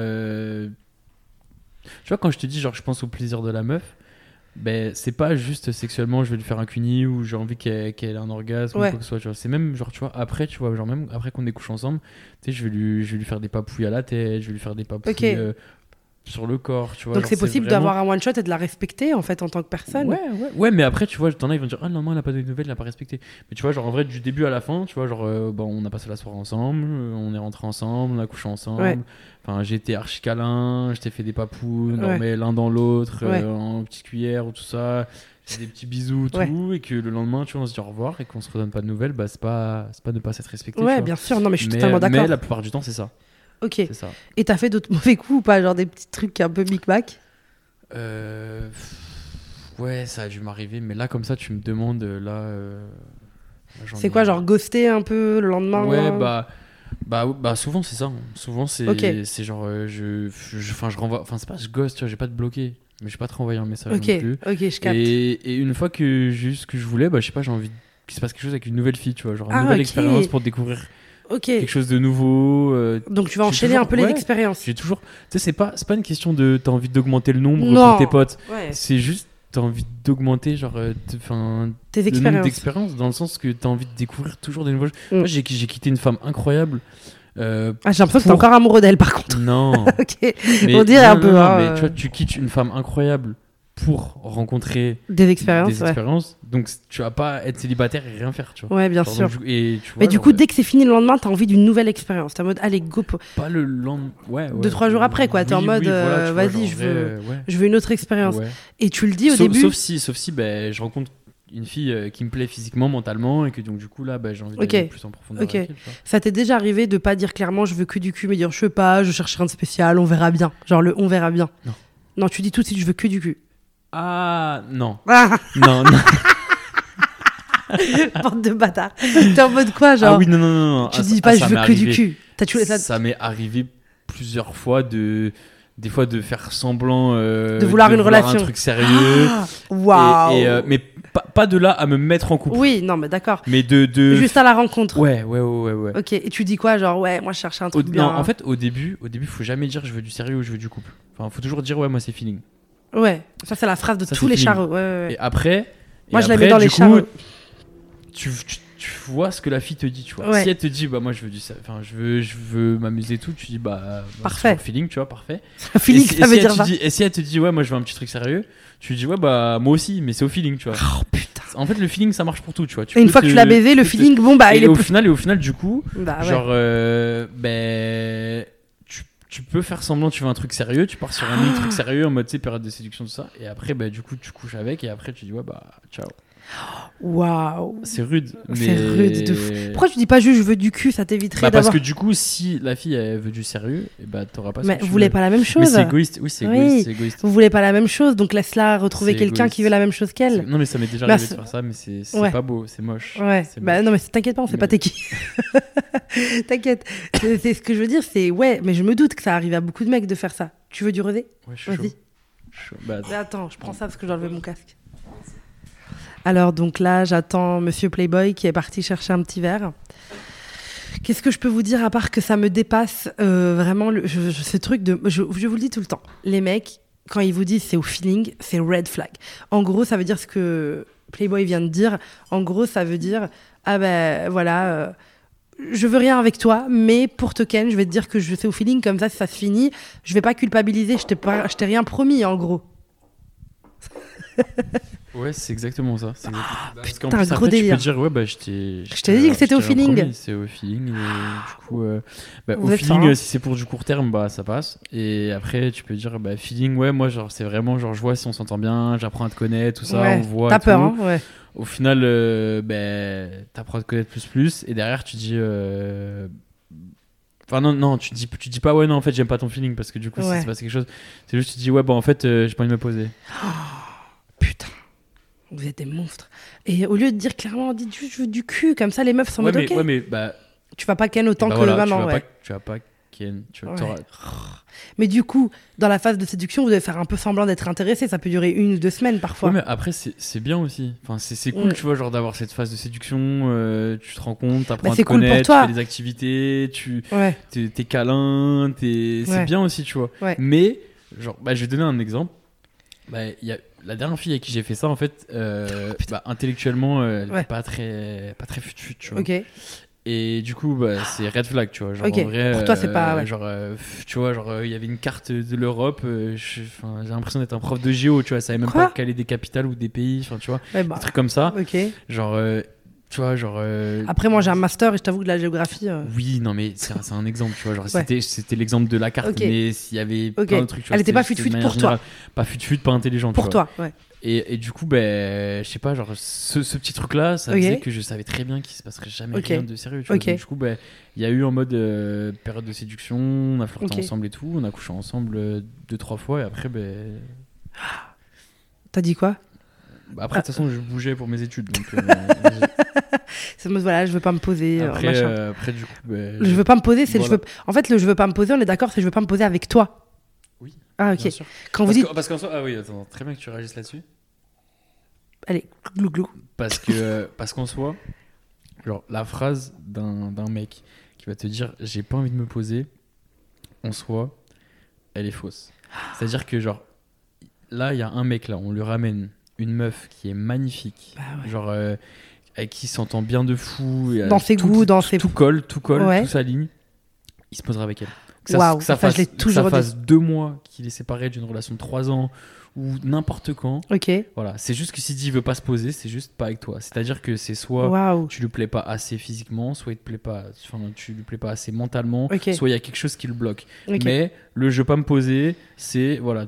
tu vois, quand je te dis genre je pense au plaisir de la meuf, ben c'est pas juste sexuellement je vais lui faire un cuni ou j'ai envie qu'elle ait un orgasme ou Ouais. quoi que ce soit, tu vois. C'est même genre tu vois après, tu vois, genre même après qu'on découche ensemble, tu sais, je vais lui faire des papouilles à la tête, je vais lui faire des papouilles Ok. sur le corps, tu vois. Donc genre, c'est possible vraiment- d'avoir un one shot et de la respecter en fait en tant que personne. Ouais, mais après, tu vois, t'en as, ils vont dire, ah non, il a pas donné de nouvelles, il a pas respecté. Mais tu vois, genre en vrai, du début à la fin, tu vois, genre, on a passé la soirée ensemble, on est rentré ensemble, on a couché ensemble. Ouais. Enfin, j'ai été archi câlin, je t'ai fait des papous, on Ouais. dormait l'un dans l'autre, Ouais. en petite cuillère ou tout ça, c'est des petits bisous, tout, Ouais. et que le lendemain, tu vois, on se dit au revoir et qu'on se redonne pas de nouvelles, bah, c'est pas ne pas s'être respecté. tu Ouais, vois. bien sûr. Non, mais je suis totalement Mais d'accord. la plupart du temps, c'est ça. Ok. C'est ça. Et t'as fait d'autres mauvais coups ou pas? Genre des petits trucs un peu micmac? Ouais, ça a dû m'arriver, mais là, comme ça, tu me demandes, là, j'en C'est ai- quoi, genre ghoster un peu le lendemain? Ouais, bah souvent c'est ça, hein. Souvent c'est Ok. c'est genre enfin je renvoie, enfin c'est pas je ghost, tu vois, j'ai pas de bloqué, mais je vais pas te renvoyer un message Ok, non plus. ok, je capte. Et une fois que j'ai eu ce que je voulais, bah je sais pas, j'ai envie qu'il se passe quelque chose avec une nouvelle fille, tu vois, genre une Ah, nouvelle ok. expérience pour découvrir Ok. quelque chose de nouveau. Donc tu vas j'ai enchaîner toujours- un peu les ouais. expériences. J'ai toujours, tu sais, c'est pas une question de t'as envie d'augmenter le nombre Non. pour tes potes, Ouais. c'est juste t'as envie d'augmenter genre enfin Tes le nombre expériences. d'expériences, dans le sens que t'as envie de découvrir toujours des nouvelles choses. Mm. Moi j'ai quitté une femme incroyable. Ah, j'ai l'impression que t'es pour- encore amoureux d'elle par contre. Non. Ok. Mais, On dirait un peu, hein, mais tu vois, tu quittes une femme incroyable pour rencontrer Des expériences, des ouais. expériences. Donc tu vas pas être célibataire et rien faire, tu vois. Ouais, bien Genre, sûr. donc, et tu vois, Mais du genre, coup, dès que c'est fini le lendemain, t'as envie d'une nouvelle expérience. T'es en mode, allez, go. pas le lendemain. Ouais. 2-3 jours après, quoi. T'es en mode, voilà, tu vois, vas-y, genre, je vrai, veux- ouais. Je veux une autre expérience. Ouais. Et tu le dis au Sauf, début. sauf si ben, je rencontre une fille qui me plaît physiquement, mentalement, et que donc du coup là ben, j'ai envie d'aller Ok. plus en profondeur Ok. avec elle, tu vois. Ça t'est déjà arrivé de pas dire clairement, je veux que du cul, mais dire, je sais pas, je cherche rien de spécial, on verra bien. Genre le on verra bien. Non. Non, tu dis tout de suite, je veux que du cul. Ah non. Ah, non. bande de bâtards. T'es en mode quoi, genre Ah oui, non. Tu Ah, dis ça- pas, ah, je ça veux m'est que du arrivé. cul. T'as tué ça. Ça m'est arrivé plusieurs fois des fois de faire semblant De vouloir une relation. un truc sérieux. Ah, waouh. Mais pas de là à me mettre en couple. Oui, non, mais d'accord. Mais de Juste à la rencontre. ouais. Ok, et tu dis quoi, genre, ouais, moi je cherchais un truc bien. Non, en fait, au début, faut jamais dire je veux du sérieux ou je veux du couple. Enfin, faut toujours dire ouais, moi c'est feeling. Ouais, ça c'est la phrase de Ça, tous c'est les feeling. charros. Ouais. Et après, Moi je la après, mets dans du les coup, charros. tu vois ce que la fille te dit, tu vois. Ouais. Si elle te dit bah moi je veux je veux m'amuser et tout, tu dis bah Parfait. c'est feeling, tu vois, parfait. Feeling, Et si- ça et veut si elle dire te ça. dit- et si elle te dit ouais moi je veux un petit truc sérieux, tu lui dis ouais bah moi aussi, mais c'est au feeling, tu vois. Oh putain. En fait le feeling ça marche pour tout, tu vois. Et une fois que tu l'as baisé, le feeling, bon bah il est au plus. final du coup, Bah ouais. genre ben tu peux faire semblant tu veux un truc sérieux, tu pars sur un mini truc sérieux en mode tu sais période de séduction tout ça, et après bah du coup tu couches avec et après tu dis ouais bah ciao. Waouh. C'est rude. C'est mais... rude de fou. Pourquoi tu dis pas juste je veux du cul, ça t'éviterait Parce d'avoir... que du coup, si la fille elle veut du sérieux, et bah t'auras pas. Mais ce que vous voulez veux. pas la même Mais chose. c'est égoïste. Oui, c'est égoïste. C'est égoïste. Vous voulez pas la même chose, donc laisse-la retrouver C'est quelqu'un égoïste. qui veut la même chose qu'elle. Non mais ça m'est déjà Bah, arrivé de c'est- faire ça, mais c'est Ouais. pas beau, c'est moche. Ouais. C'est Bah moche. non mais t'inquiète pas, on sait pas Mais- t'es qui. T'inquiète. C'est ce que je veux dire, c'est ouais, mais je me doute que ça arrive à beaucoup de mecs de faire ça. Tu veux du rosé? Ouais, je suis chaud. Vas-y. Chaud. Bah, Mais attends, je prends ça parce que j'ai enlevé mon casque. Alors donc là, j'attends Monsieur Playboy qui est parti chercher un petit verre. Qu'est-ce que je peux vous dire à part que ça me dépasse vraiment ce truc de... Je vous le dis tout le temps. Les mecs, quand ils vous disent c'est au feeling, c'est red flag. En gros, ça veut dire ce que Playboy vient de dire. En gros, ça veut dire ah ben voilà, je veux rien avec toi, mais pour te ken, je vais te dire que je sais au feeling, comme ça, si ça se finit, je vais pas culpabiliser, je t'ai rien promis, en gros. Ouais, c'est exactement ça. C'est exactement... Parce qu'en putain, plus, gros après, tu délire. peux dire, ouais, bah, je t'ai dit que c'était au feeling. promis, c'est au feeling. Et du coup, bah, Vous au êtes feeling, fort, hein. si c'est pour du court terme, bah, ça passe. Et après, tu peux dire, bah, feeling, ouais, moi, genre, c'est vraiment, genre, je vois si on s'entend bien, j'apprends à te connaître, tout ça, Ouais, on voit. t'as tout. peur, hein, ouais. Au final, t'apprends à te connaître plus. Et derrière, tu dis. Enfin, non, tu dis pas, ouais, non, en fait, j'aime pas ton feeling parce que du coup, si Ouais. c'est passé quelque chose, c'est juste, tu dis, ouais, bon, en fait, j'ai pas envie de me poser. Putain, vous êtes des monstres. Et au lieu de dire clairement, dites juste je veux du cul, comme ça les meufs sont en Ouais, mode mais, ok. ouais, mais, bah, Tu vas pas ken autant bah que voilà, maman, ouais. tu vas pas ken. Ouais. T'auras- Mais du coup, dans la phase de séduction, vous devez faire un peu semblant d'être intéressé. Ça peut durer 1 ou 2 semaines parfois. Ouais, mais après, c'est bien aussi. Enfin, c'est cool, tu vois, genre d'avoir cette phase de séduction. Tu te rends compte, t'apprends Bah, à c'est te cool pour connaître, toi. tu fais des activités, Ouais, t'es câlin, c'est Ouais. bien aussi, tu vois. ouais. Mais, genre, bah, je vais donner un exemple. Bah, il y a la dernière fille avec qui j'ai fait ça, en fait, bah, intellectuellement, elle Ouais. était pas très fut-fut, tu vois. Ok. Et du coup, bah, c'est red flag, tu vois. Genre, Ok. en vrai, Pour toi, c'est pas- ouais. genre, tu vois, genre, il y avait une carte de l'Europe. J'ai l'impression d'être un prof de géo, tu vois. Ça savait même Quoi pas quelle est des capitales ou des pays, enfin, tu vois. Ouais, bah, Des trucs comme ça. ok. Genre, tu vois, genre. Après, moi, j'ai un master et je t'avoue que de la géographie. Oui, non, mais c'est un exemple, tu vois. Genre, Ouais. c'était l'exemple de la carte, Ok. mais s'il y avait Ok. plein de trucs, tu vois, Elle était pas c'était fut-fut de pour manière toi. générale. Pas fut-fut, pas intelligent, Pour tu vois. toi, ouais. Et du coup, ben, je sais pas, genre, ce petit truc-là, ça Ok. faisait que je savais très bien qu'il se passerait jamais Ok. rien de sérieux. Tu vois. Ok. Donc, du coup, ben, il y a eu en mode période de séduction, on a flirté Ok. ensemble et tout, on a couché ensemble 2-3 fois, et après, ben. T'as dit quoi? Bah, après, de toute façon, je bougeais pour mes études. Donc, C'est en mode, voilà, je veux pas me poser. Machin. après, du coup, ben. Je veux pas me poser, c'est Voilà. En fait, le je veux pas me poser, on est d'accord, c'est je veux pas me poser avec toi. Oui. Ah, ok. Bien sûr. Quand vous dites. Parce qu'en soi, ah oui, attends, très bien que tu réagisses là-dessus. Allez, glou glou. Parce qu'en soi, genre, la phrase d'un mec qui va te dire j'ai pas envie de me poser, en soi, elle est fausse. C'est-à-dire que, genre, là, il y a un mec là, on lui ramène une meuf qui est magnifique, Bah ouais. genre, avec qui il s'entend bien de fou, et, Dans ses goûts, dans ses. tout colle, Ouais. tout s'aligne, il se posera avec elle. Que Waouh, que ça ça, je l'ai fasse, toujours que ça dit. fasse 2 mois qu'il est séparé d'une relation de 3 ans ou n'importe quand. Ok. Voilà, c'est juste que s'il dit il veut pas se poser, c'est juste pas avec toi. C'est-à-dire que c'est soit Waouh. tu lui plais pas assez physiquement, soit il te plaît pas, enfin, tu lui plais pas assez mentalement, Ok. soit il y a quelque chose qui le bloque. Ok. Mais le je veux pas me poser, c'est voilà,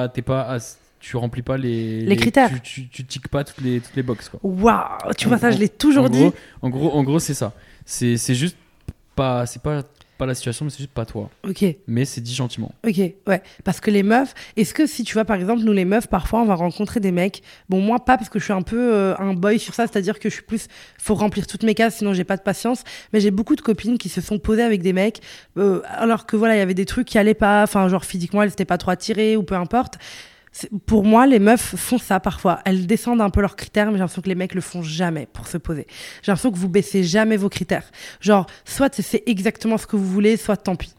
tu remplis pas Les critères. tu tiques pas toutes les boxes quoi. Waouh. Tu En vois, ça, gros- je l'ai toujours dit. En gros, c'est ça. C'est juste pas, c'est pas la situation, mais c'est juste pas toi. Ok. Mais c'est dit gentiment. Ok, ouais. Parce que les meufs, est-ce que si tu vois, par exemple, nous les meufs, parfois on va rencontrer des mecs. Bon, moi pas parce que je suis un peu un boy sur ça, c'est-à-dire que je suis plus. Faut remplir toutes mes cases, sinon j'ai pas de patience. Mais j'ai beaucoup de copines qui se sont posées avec des mecs, alors que voilà, il y avait des trucs qui allaient pas, enfin, genre physiquement, elles s'étaient pas trop attirées ou peu importe. Pour moi, les meufs font ça parfois. Elles descendent un peu leurs critères, mais j'ai l'impression que les mecs le font jamais pour se poser. J'ai l'impression que vous baissez jamais vos critères. Genre, soit c'est exactement ce que vous voulez, soit tant pis.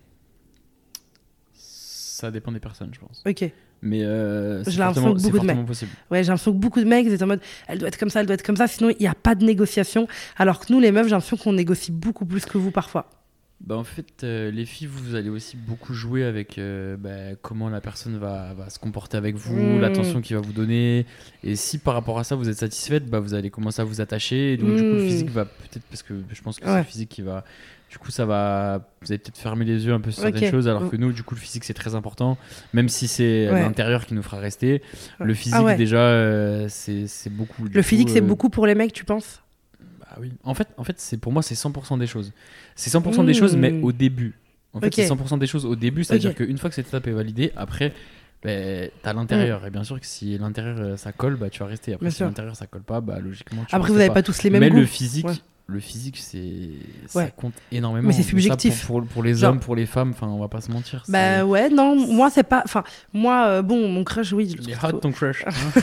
Ça dépend des personnes, je pense. Ok. Mais c'est J'ai l'impression que c'est beaucoup de fortement possible. Ouais, j'ai l'impression que beaucoup de mecs étaient en mode elle doit être comme ça, sinon il n'y a pas de négociation. Alors que nous, les meufs, j'ai l'impression qu'on négocie beaucoup plus que vous parfois. Bah en fait, les filles, vous allez aussi beaucoup jouer avec comment la personne va se comporter avec vous, l'attention qu'il va vous donner. Et si par rapport à ça, vous êtes satisfaite, bah, vous allez commencer à vous attacher. Et donc, du coup, le physique va peut-être, parce que je pense que c'est le physique qui va. Du coup, ça va. Vous allez peut-être fermer les yeux un peu sur certaines choses, alors que nous, du coup, le physique, c'est très important. Même si c'est l'intérieur qui nous fera rester. Le physique, déjà, c'est beaucoup. Le physique, c'est beaucoup pour les mecs, tu penses? Ah oui. En fait pour moi, c'est 100% des choses. C'est 100% des choses, mais au début. En fait, c'est 100% des choses au début, c'est-à-dire qu'une fois que cette étape est validée, après, t'as l'intérieur. Et bien sûr que si l'intérieur ça colle, bah tu vas rester. Après, si l'intérieur ça colle pas, bah logiquement. Après, vous n'avez pas tous les mêmes goûts. Mais le physique, ça compte énormément. Mais c'est subjectif. Ça, pour les hommes, pour les femmes, enfin, on va pas se mentir. Bah ouais, non, moi c'est pas. Enfin, moi, bon, mon crush, oui. Il est hot ton crush.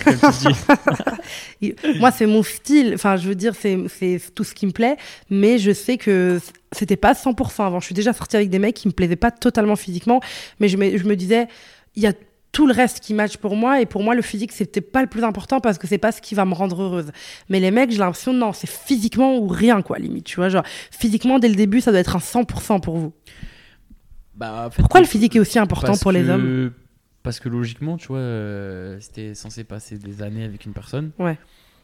Moi, c'est mon style. Enfin, je veux dire, c'est tout ce qui me plaît. Mais je sais que c'était pas 100% avant. Je suis déjà sortie avec des mecs qui me plaisaient pas totalement physiquement. Mais je me disais, il y a tout le reste qui match pour moi, et pour moi le physique c'était pas le plus important parce que c'est pas ce qui va me rendre heureuse. Mais les mecs, j'ai l'impression non, c'est physiquement ou rien quoi, limite, tu vois, genre physiquement dès le début ça doit être un 100% pour vous. Bah, en fait, pourquoi le physique est aussi important pour les hommes? Parce que logiquement, tu vois, c'était censé passer des années avec une personne. Ouais.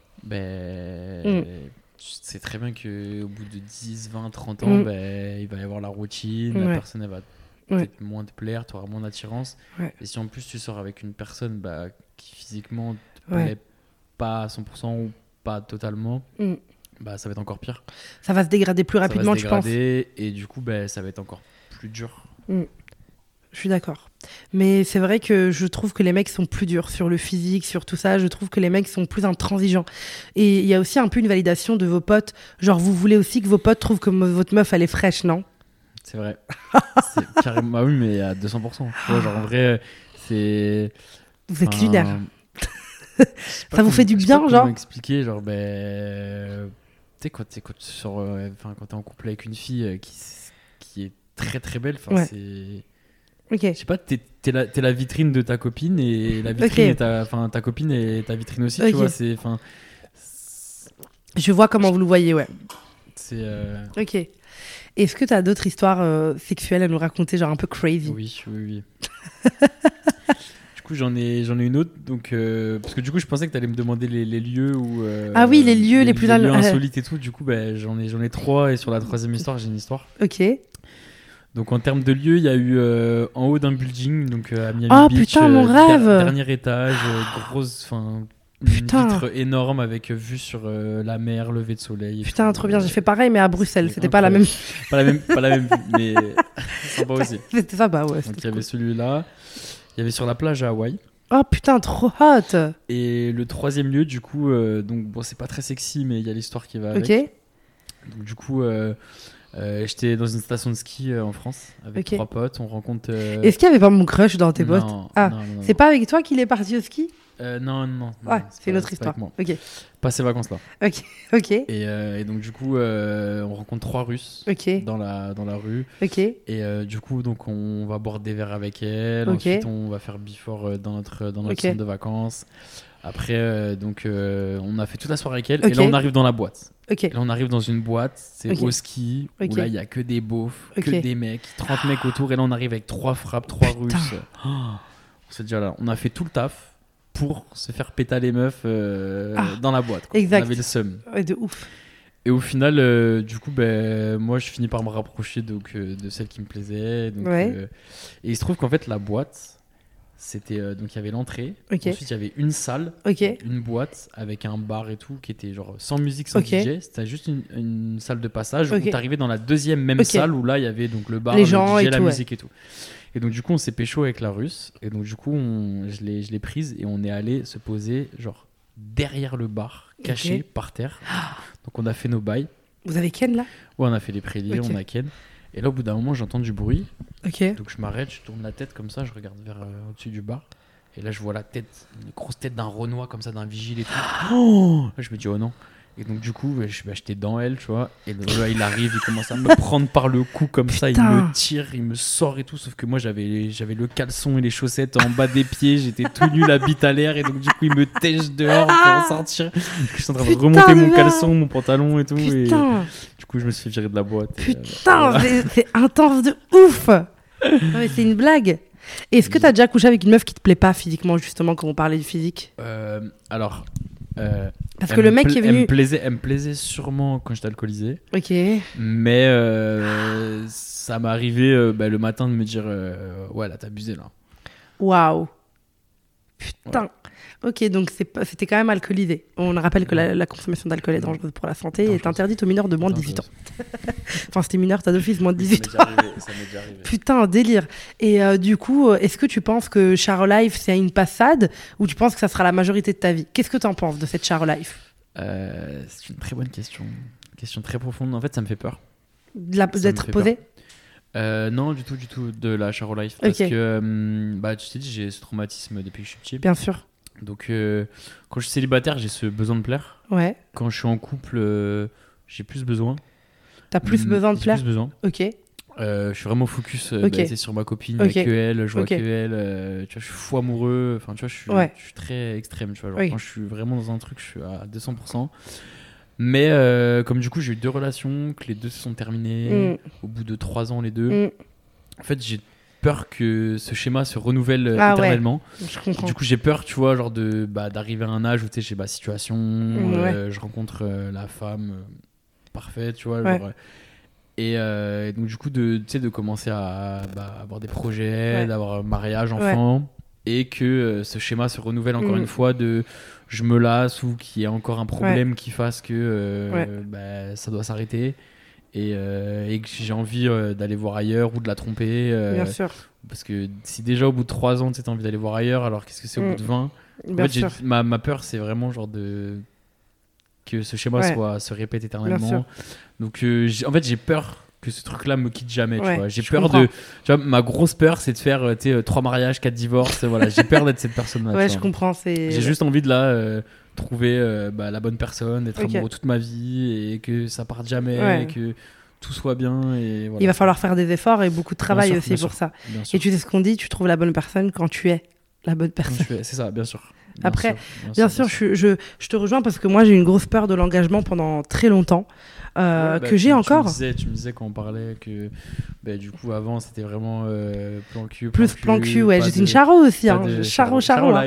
Tu sais très bien qu'au bout de 10, 20, 30 ans, il va y avoir la routine, la personne elle va peut-être moins te plaire, tu auras moins d'attirance. Et si en plus tu sors avec une personne qui physiquement te plaît pas à 100% ou pas totalement, bah, ça va être encore pire. Ça va se dégrader plus rapidement, tu penses? Et du coup, ça va être encore plus dur. Je suis d'accord. Mais c'est vrai que je trouve que les mecs sont plus durs sur le physique, sur tout ça. Je trouve que les mecs sont plus intransigeants. Et il y a aussi un peu une validation de vos potes. Genre, vous voulez aussi que vos potes trouvent que votre meuf, elle est fraîche, non? C'est vrai. C'est carrément. Ah oui, mais à 200%. Tu vois, genre en vrai, c'est. Vous êtes lunaire. Ça vous fait du bien, genre? Comment expliquer, genre, tu sais, quand t'es en couple avec une fille qui est très très belle, c'est. Ok. Je sais pas, t'es la vitrine de ta copine et la vitrine ta copine et ta vitrine aussi, tu vois. Je vois comment vous le voyez, ouais. C'est. Ok. Est-ce que tu as d'autres histoires sexuelles à nous raconter, genre un peu crazy? Oui. Du coup, j'en ai une autre. Donc, parce que du coup, je pensais que tu allais me demander les lieux où. Ah oui, les lieux les plus lieux insolites et tout. Du coup, j'en ai 3. Et sur la 3e histoire, j'ai une histoire. Ok. Donc, en termes de lieux, il y a eu en haut d'un building, donc à Miami Beach. Putain, mon rêve! Dernier étage, grosse. Une vitre énorme avec vue sur la mer, lever de soleil. Putain, trop bien. J'ai fait pareil, mais à Bruxelles. C'était pas la même. Pas la même vue, mais sympa aussi. C'était sympa, ouais. Donc il y avait celui-là. Il y avait sur la plage à Hawaï. Oh putain, trop hot! Et le 3e lieu, du coup, donc bon, c'est pas très sexy, mais il y a l'histoire qui va avec. Ok. Donc du coup, j'étais dans une station de ski en France avec 3 potes. On rencontre. Est-ce qu'il y avait pas mon crush dans tes potes? Ah, non. C'est pas avec toi qu'il est parti au ski? Non. Ouais, c'est une autre histoire. Ok. Pas ces vacances-là. Ok. Et donc du coup, on rencontre 3 Russes dans la rue. Ok. Et du coup, donc on va boire des verres avec elles. Ensuite, on va faire before dans notre centre de vacances. Après, donc on a fait toute la soirée avec elles. Et là, on arrive dans la boîte. Ok. Là, on arrive dans une boîte, c'est au ski, où là, il y a que des beaufs, que des mecs, 30 mecs autour. Et là, on arrive avec 3 frappes, 3 Russes. C'est déjà là. On a fait tout le taf pour se faire péter les meufs dans la boîte. Quoi. Exact. On avait le seum. Ouais, de ouf. Et au final, du coup, moi, je finis par me rapprocher de celle qui me plaisait. Donc, et il se trouve qu'en fait, la boîte, c'était donc il y avait l'entrée. Ensuite, il y avait une salle, une boîte avec un bar et tout, qui était genre sans musique, sans DJ. C'était juste une salle de passage où t'arrivais dans la deuxième salle où là, il y avait donc le bar, les le gens DJ, et la tout, musique et tout. Et donc du coup on s'est pécho avec la Russe et donc du coup je l'ai prise et on est allé se poser genre derrière le bar, caché par terre. Donc on a fait nos bails. Vous avez Ken là? Ouais, on a fait les préliers, on a Ken. Et là au bout d'un moment j'entends du bruit. Donc je m'arrête, je tourne la tête comme ça, je regarde vers au-dessus du bar. Et là je vois la tête, une grosse tête d'un Renoir comme ça, d'un vigile et tout. Là, je me dis oh non. Et donc du coup, j'étais dans elle, tu vois. Et le gars, il arrive, il commence à me prendre par le cou comme ça, il me tire, il me sort et tout. Sauf que moi, j'avais le caleçon et les chaussettes en bas des pieds, j'étais tout nu, la bite à l'air. Et donc du coup, il me tèche dehors pour en sortir. Je suis en train de remonter mon caleçon, mon pantalon et tout. Et du coup, je me suis fait virer de la boîte. Putain, c'est intense de ouf. Non, mais c'est une blague. Est-ce que t'as déjà couché avec une meuf qui te plaît pas physiquement, justement, quand on parlait du physique? Alors... Parce que le mec est venu... Elle me plaisait sûrement quand j'étais alcoolisé. Ok. Mais ça m'est arrivé le matin de me dire ouais, là, t'as abusé, là. Waouh. Putain. Ouais. Ok, donc c'était quand même alcoolisé. On rappelle que la consommation d'alcool est dangereuse pour la santé et est interdite aux mineurs de moins de 18 ans. Enfin, c'était mineur, t'as d'office moins de 18 ans. Ça m'est déjà arrivé. Putain, délire. Et du coup, est-ce que tu penses que Charo Life, c'est une passade ou tu penses que ça sera la majorité de ta vie? Qu'est-ce que t'en penses de cette Charo Life? C'est une très bonne question. Question très profonde. En fait, ça me fait peur. D'être posée? Non, du tout, de la Charo Life. Parce que, tu t'es dit, j'ai ce traumatisme depuis que je suis petit. Bien sûr. Donc, quand je suis célibataire, j'ai ce besoin de plaire. Ouais. Quand je suis en couple, j'ai plus besoin. T'as plus besoin de plaire? J'ai plus besoin. Ok. Je suis vraiment focus sur ma copine, okay. que elle, je vois que elle. Tu vois, je suis fou amoureux. Enfin, tu vois, je suis très extrême. Tu vois, genre, quand je suis vraiment dans un truc, je suis à 200%. Mais comme du coup, j'ai eu 2 relations, que les 2 se sont terminées au bout de 3 ans, les 2. En fait, j'ai peur que ce schéma se renouvelle éternellement. Ouais, je comprends. Du coup, j'ai peur, tu vois, genre d'arriver à un âge où tu sais, j'ai ma situation, je rencontre la femme parfaite, tu vois. Genre, et donc, du coup, de commencer à avoir des projets, d'avoir un mariage, enfant, et que ce schéma se renouvelle encore une fois, je me lasse ou qu'il y a encore un problème qui fasse que ça doit s'arrêter. Et que j'ai envie d'aller voir ailleurs ou de la tromper. Bien sûr. Parce que si déjà au bout de 3 ans tu as envie d'aller voir ailleurs, alors qu'est-ce que c'est au bout de 20? En fait, ma peur, c'est vraiment genre que ce schéma se répète éternellement. Donc en fait, j'ai peur que ce truc-là me quitte jamais. Tu vois. J'ai peur tu vois, ma grosse peur, c'est de faire 3 mariages, 4 divorces. Voilà, j'ai peur d'être cette personne-là. Ouais, je comprends. J'ai juste envie de trouver la bonne personne, d'être amoureux toute ma vie et que ça parte jamais et que tout soit bien. Et voilà. Il va falloir faire des efforts et beaucoup de travail aussi pour ça. Et tu sais ce qu'on dit, tu trouves la bonne personne quand tu es la bonne personne. C'est ça, bien sûr. Après, bien sûr, je te rejoins parce que moi j'ai eu une grosse peur de l'engagement pendant très longtemps. Que j'ai encore. Tu me disais quand on parlait que du coup avant c'était vraiment plan cul. Plus plan cul, ouais. J'étais une charo aussi. Charo,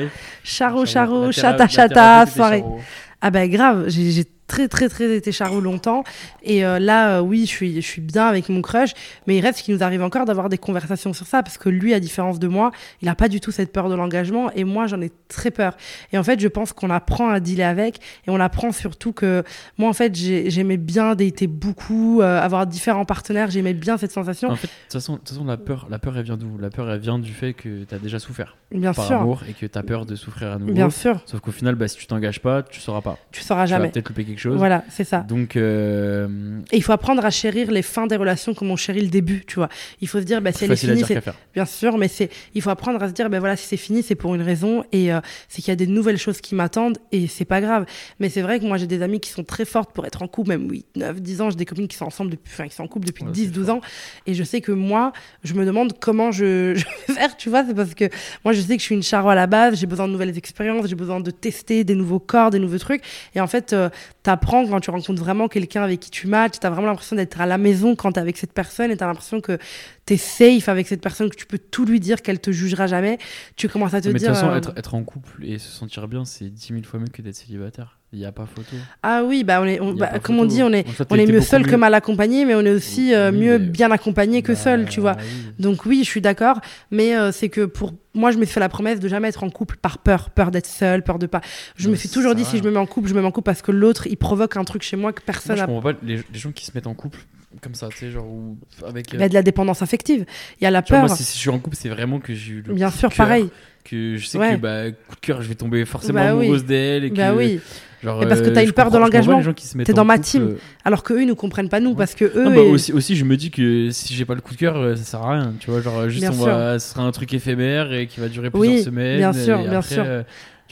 chata, soirée. Ah bah grave, j'ai très été charo longtemps et là oui je suis bien avec mon crush, mais il reste qu'il nous arrive encore d'avoir des conversations sur ça parce que lui, à différence de moi, il a pas du tout cette peur de l'engagement et moi j'en ai très peur. Et en fait je pense qu'on apprend à dealer avec et on apprend surtout que moi en fait j'aimais bien dater beaucoup, avoir différents partenaires, j'aimais bien cette sensation. En fait de toute façon la peur elle vient d'où? La peur elle vient du fait que tu as déjà souffert par sûr. Amour et que tu as peur de souffrir à nouveau. Bien sûr. Sauf qu'au final si tu t'engages pas, tu sauras pas. Tu sauras jamais. Tu vas peut-être louper quelque chose. Voilà, c'est ça. Donc, et il faut apprendre à chérir les fins des relations comme on chérit le début, tu vois. Il faut se dire, si elle est finie, c'est bien sûr, mais il faut apprendre à se dire, voilà, si c'est fini, c'est pour une raison et c'est qu'il y a des nouvelles choses qui m'attendent et c'est pas grave. Mais c'est vrai que moi, j'ai des amies qui sont très fortes pour être en couple, même 8, 9, 10 ans. J'ai des copines qui sont ensemble qui sont en couple depuis 10, 12 ans. Et je sais que moi, je me demande comment je vais faire, tu vois. C'est parce que moi, je sais que je suis une charo à la base, j'ai besoin de nouvelles expériences, j'ai besoin de tester des nouveaux corps, des nouveaux trucs. Et en fait, t'apprends quand tu rencontres vraiment quelqu'un avec qui tu matches, t'as vraiment l'impression d'être à la maison quand t'es avec cette personne et t'as l'impression que t'es safe avec cette personne, que tu peux tout lui dire, qu'elle te jugera jamais. Tu commences à te dire... Mais de toute façon, être en couple et se sentir bien, c'est 10 000 fois mieux que d'être célibataire. Il n'y a pas photo. Ah oui, comme on dit, on est mieux seul que mal accompagné, mais on est aussi mieux bien accompagné que seul, tu vois. Oui. Donc oui, je suis d'accord, mais c'est que pour moi, je me suis fait la promesse de jamais être en couple par peur d'être seule, peur de pas... Je me suis toujours dit, si je me mets en couple parce que l'autre, il provoque un truc chez moi que personne n'a... Moi, je comprends pas les gens qui se mettent en couple comme ça, tu sais, genre avec... Il y a de la dépendance affective, il y a la peur. Vois, moi, si je suis en couple, c'est vraiment que j'ai eu le bien sûr, pareil. Que je sais que coup de cœur, je vais tomber forcément amoureuse d'elle. Et que, oui. Genre, et parce que t'as une peur de l'engagement, t'es dans ma team. Alors qu'eux, ils nous comprennent pas, nous, parce que eux. Aussi, je me dis que si j'ai pas le coup de cœur, ça sert à rien. Tu vois, genre, juste, ce sera un truc éphémère et qui va durer plusieurs semaines. Bien sûr. Tu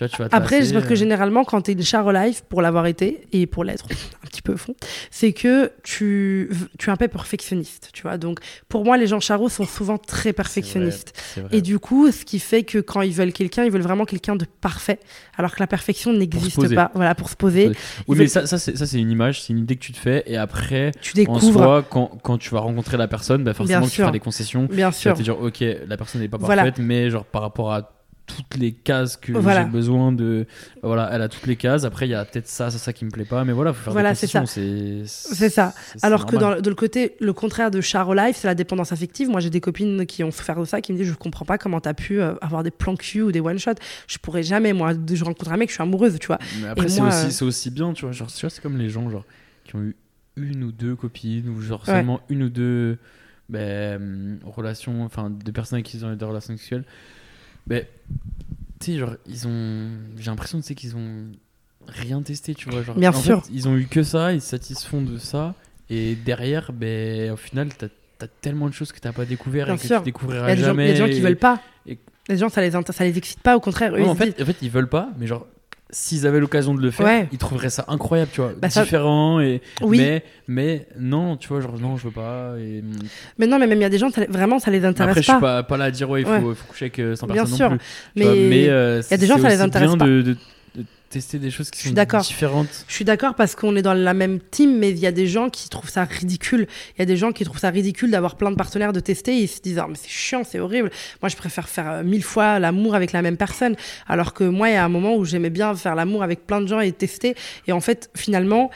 Tu vois, tu vas te Après, lasser, parce que généralement, quand t'es une charo life, pour l'avoir été, et pour l'être un petit peu au fond, c'est que tu es un peu perfectionniste, tu vois. Donc, pour moi, les gens charo sont souvent très perfectionnistes. C'est vrai. Et du coup, ce qui fait que quand ils veulent quelqu'un, ils veulent vraiment quelqu'un de parfait, alors que la perfection n'existe pas. Voilà, pour se poser. Oui, mais ça c'est une image, c'est une idée que tu te fais, et après, tu découvres. En soi, quand tu vas rencontrer la personne, bah forcément, tu feras des concessions. Bien sûr. Tu vas te dire, ok, la personne n'est pas parfaite, mais genre par rapport à toutes les cases que j'ai besoin de, voilà, elle a toutes les cases. Après, il y a peut-être ça qui me plaît pas, mais voilà, faut faire des concessions. C'est ça. Alors que de le côté, le contraire de charo life, c'est la dépendance affective. Moi, j'ai des copines qui ont souffert de ça, qui me disent, je comprends pas comment t'as pu avoir des plans cul ou des one shot. Je pourrais jamais, moi, je rencontre un mec, je suis amoureuse, tu vois. Mais après, c'est aussi bien, tu vois. Genre, tu vois, c'est comme les gens, genre, qui ont eu une ou deux copines, ou genre seulement une ou deux relations, enfin, des personnes avec qui ils ont eu des relations sexuelles. Mais tu sais, genre, j'ai l'impression, tu sais, qu'ils ont rien testé, tu vois. Genre, bien sûr. Fait, ils ont eu que ça, ils se satisfont de ça, et derrière, au final, t'as tellement de choses que t'as pas découvert et que tu découvriras jamais. Il y a des gens qui veulent pas. Les gens, ça les excite pas, au contraire. Eux, en fait, ils veulent pas, mais genre, s'ils avaient l'occasion de le faire, ils trouveraient ça incroyable, tu vois, différent, et mais non, tu vois, genre non, je veux pas. Mais non, mais même il y a des gens, vraiment, ça les intéresse pas. Après, je suis pas là à dire il faut coucher avec 100 bien personnes sûr. non plus. Mais il y a des gens, ça les intéresse pas. De tester des choses qui sont différentes. Je suis d'accord parce qu'on est dans la même team, mais il y a des gens qui trouvent ça ridicule. Il y a des gens qui trouvent ça ridicule d'avoir plein de partenaires de tester. Et ils se disent, mais c'est chiant, c'est horrible. Moi, je préfère faire 1000 fois l'amour avec la même personne. Alors que moi, il y a un moment où j'aimais bien faire l'amour avec plein de gens et tester. Et en fait, finalement,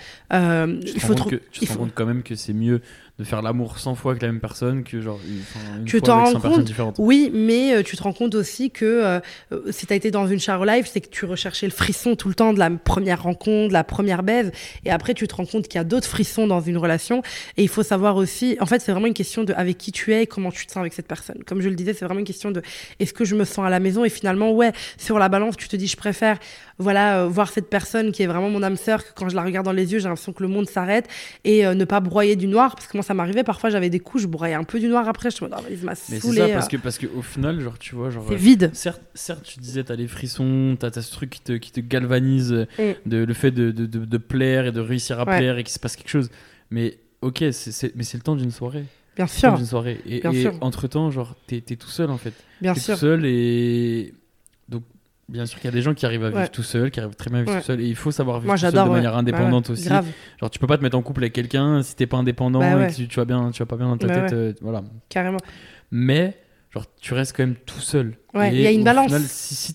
tu te rends compte quand même que c'est mieux de faire l'amour 100 fois avec la même personne que genre une fois avec 100 personnes différentes. Oui, mais tu te rends compte aussi que si t'as été dans une charo life, c'est que tu recherchais le frisson tout le temps de la première rencontre, de la première baise, et après tu te rends compte qu'il y a d'autres frissons dans une relation, et il faut savoir aussi, en fait c'est vraiment une question de avec qui tu es et comment tu te sens avec cette personne. Comme je le disais, c'est vraiment une question de est-ce que je me sens à la maison, et finalement sur la balance tu te dis je préfère voir cette personne qui est vraiment mon âme sœur, que quand je la regarde dans les yeux j'ai l'impression que le monde s'arrête, et ne pas broyer du noir, parce que moi ça m'arrivait, parfois j'avais des coups, je broyais un peu du noir après, je me disais, il m'a saoulé. Mais c'est ça, parce que au final, genre, tu vois, genre, c'est vide. Certes, tu disais, t'as les frissons, t'as ce truc qui te galvanise, le fait de plaire et de réussir à plaire et qu'il se passe quelque chose. Mais ok, mais c'est le temps d'une soirée. Bien sûr. D'une soirée. Et entre-temps, genre, t'es tout seul, en fait. Bien t'es sûr. Tout seul, et donc, bien sûr qu'il y a des gens qui arrivent à vivre tout seul, qui arrivent très bien à vivre tout seul, et il faut savoir vivre tout seul de manière indépendante aussi. Grave. Genre, tu peux pas te mettre en couple avec quelqu'un si t'es pas indépendant et que tu vas pas bien dans ta tête, voilà. Carrément. Mais genre, tu restes quand même tout seul. Ouais, il y a une balance. Final,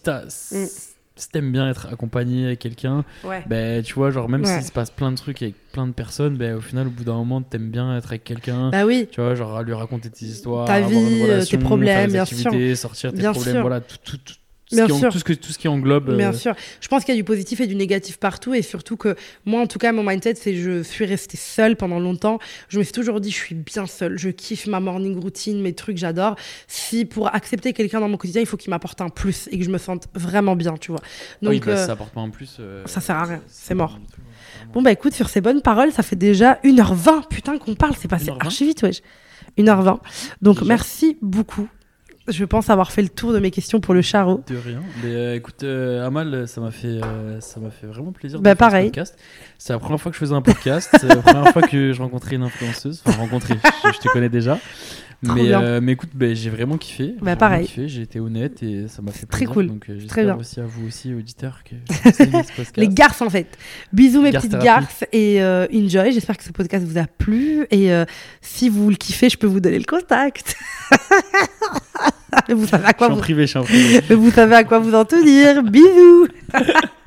si t'aimes bien être accompagné avec quelqu'un, tu vois, genre, même s'il se passe plein de trucs avec plein de personnes, au final, au bout d'un moment, t'aimes bien être avec quelqu'un. Bah oui. Tu vois, genre, lui raconter tes histoires, ta vie, avoir une relation, tes problèmes, faire des activités, sortir tes problèmes, voilà, tout ce qui englobe. Bien sûr. Je pense qu'il y a du positif et du négatif partout, et surtout que moi, en tout cas, mon mindset, c'est je suis restée seule pendant longtemps. Je me suis toujours dit, je suis bien seule. Je kiffe ma morning routine, mes trucs, j'adore. Si pour accepter quelqu'un dans mon quotidien, il faut qu'il m'apporte un plus et que je me sente vraiment bien, tu vois. Donc, si ça apporte pas un plus, ça sert à rien. C'est mort. Bon, écoute, sur ces bonnes paroles, ça fait déjà 1h20. Putain, qu'on parle. C'est passé archi vite, wesh. 1h20. Donc, merci beaucoup. Je pense avoir fait le tour de mes questions pour le charo. De rien. Mais écoute, Amal, ça m'a fait vraiment plaisir de faire pareil. ce podcast. C'est la première fois que je faisais un podcast. C'est la première fois que je rencontrais une influenceuse. Enfin, je te connais déjà. Mais écoute, j'ai vraiment kiffé. Pareil. J'ai été honnête et ça m'a fait très plaisir. cool. Donc j'espère aussi à vous aussi, auditeurs, que les garces en fait. Bisous mes petites garces et enjoy. J'espère que ce podcast vous a plu et si vous le kiffez, je peux vous donner le contact. Vous savez à quoi je suis en privé. Vous savez à quoi vous en tenir. Bisous.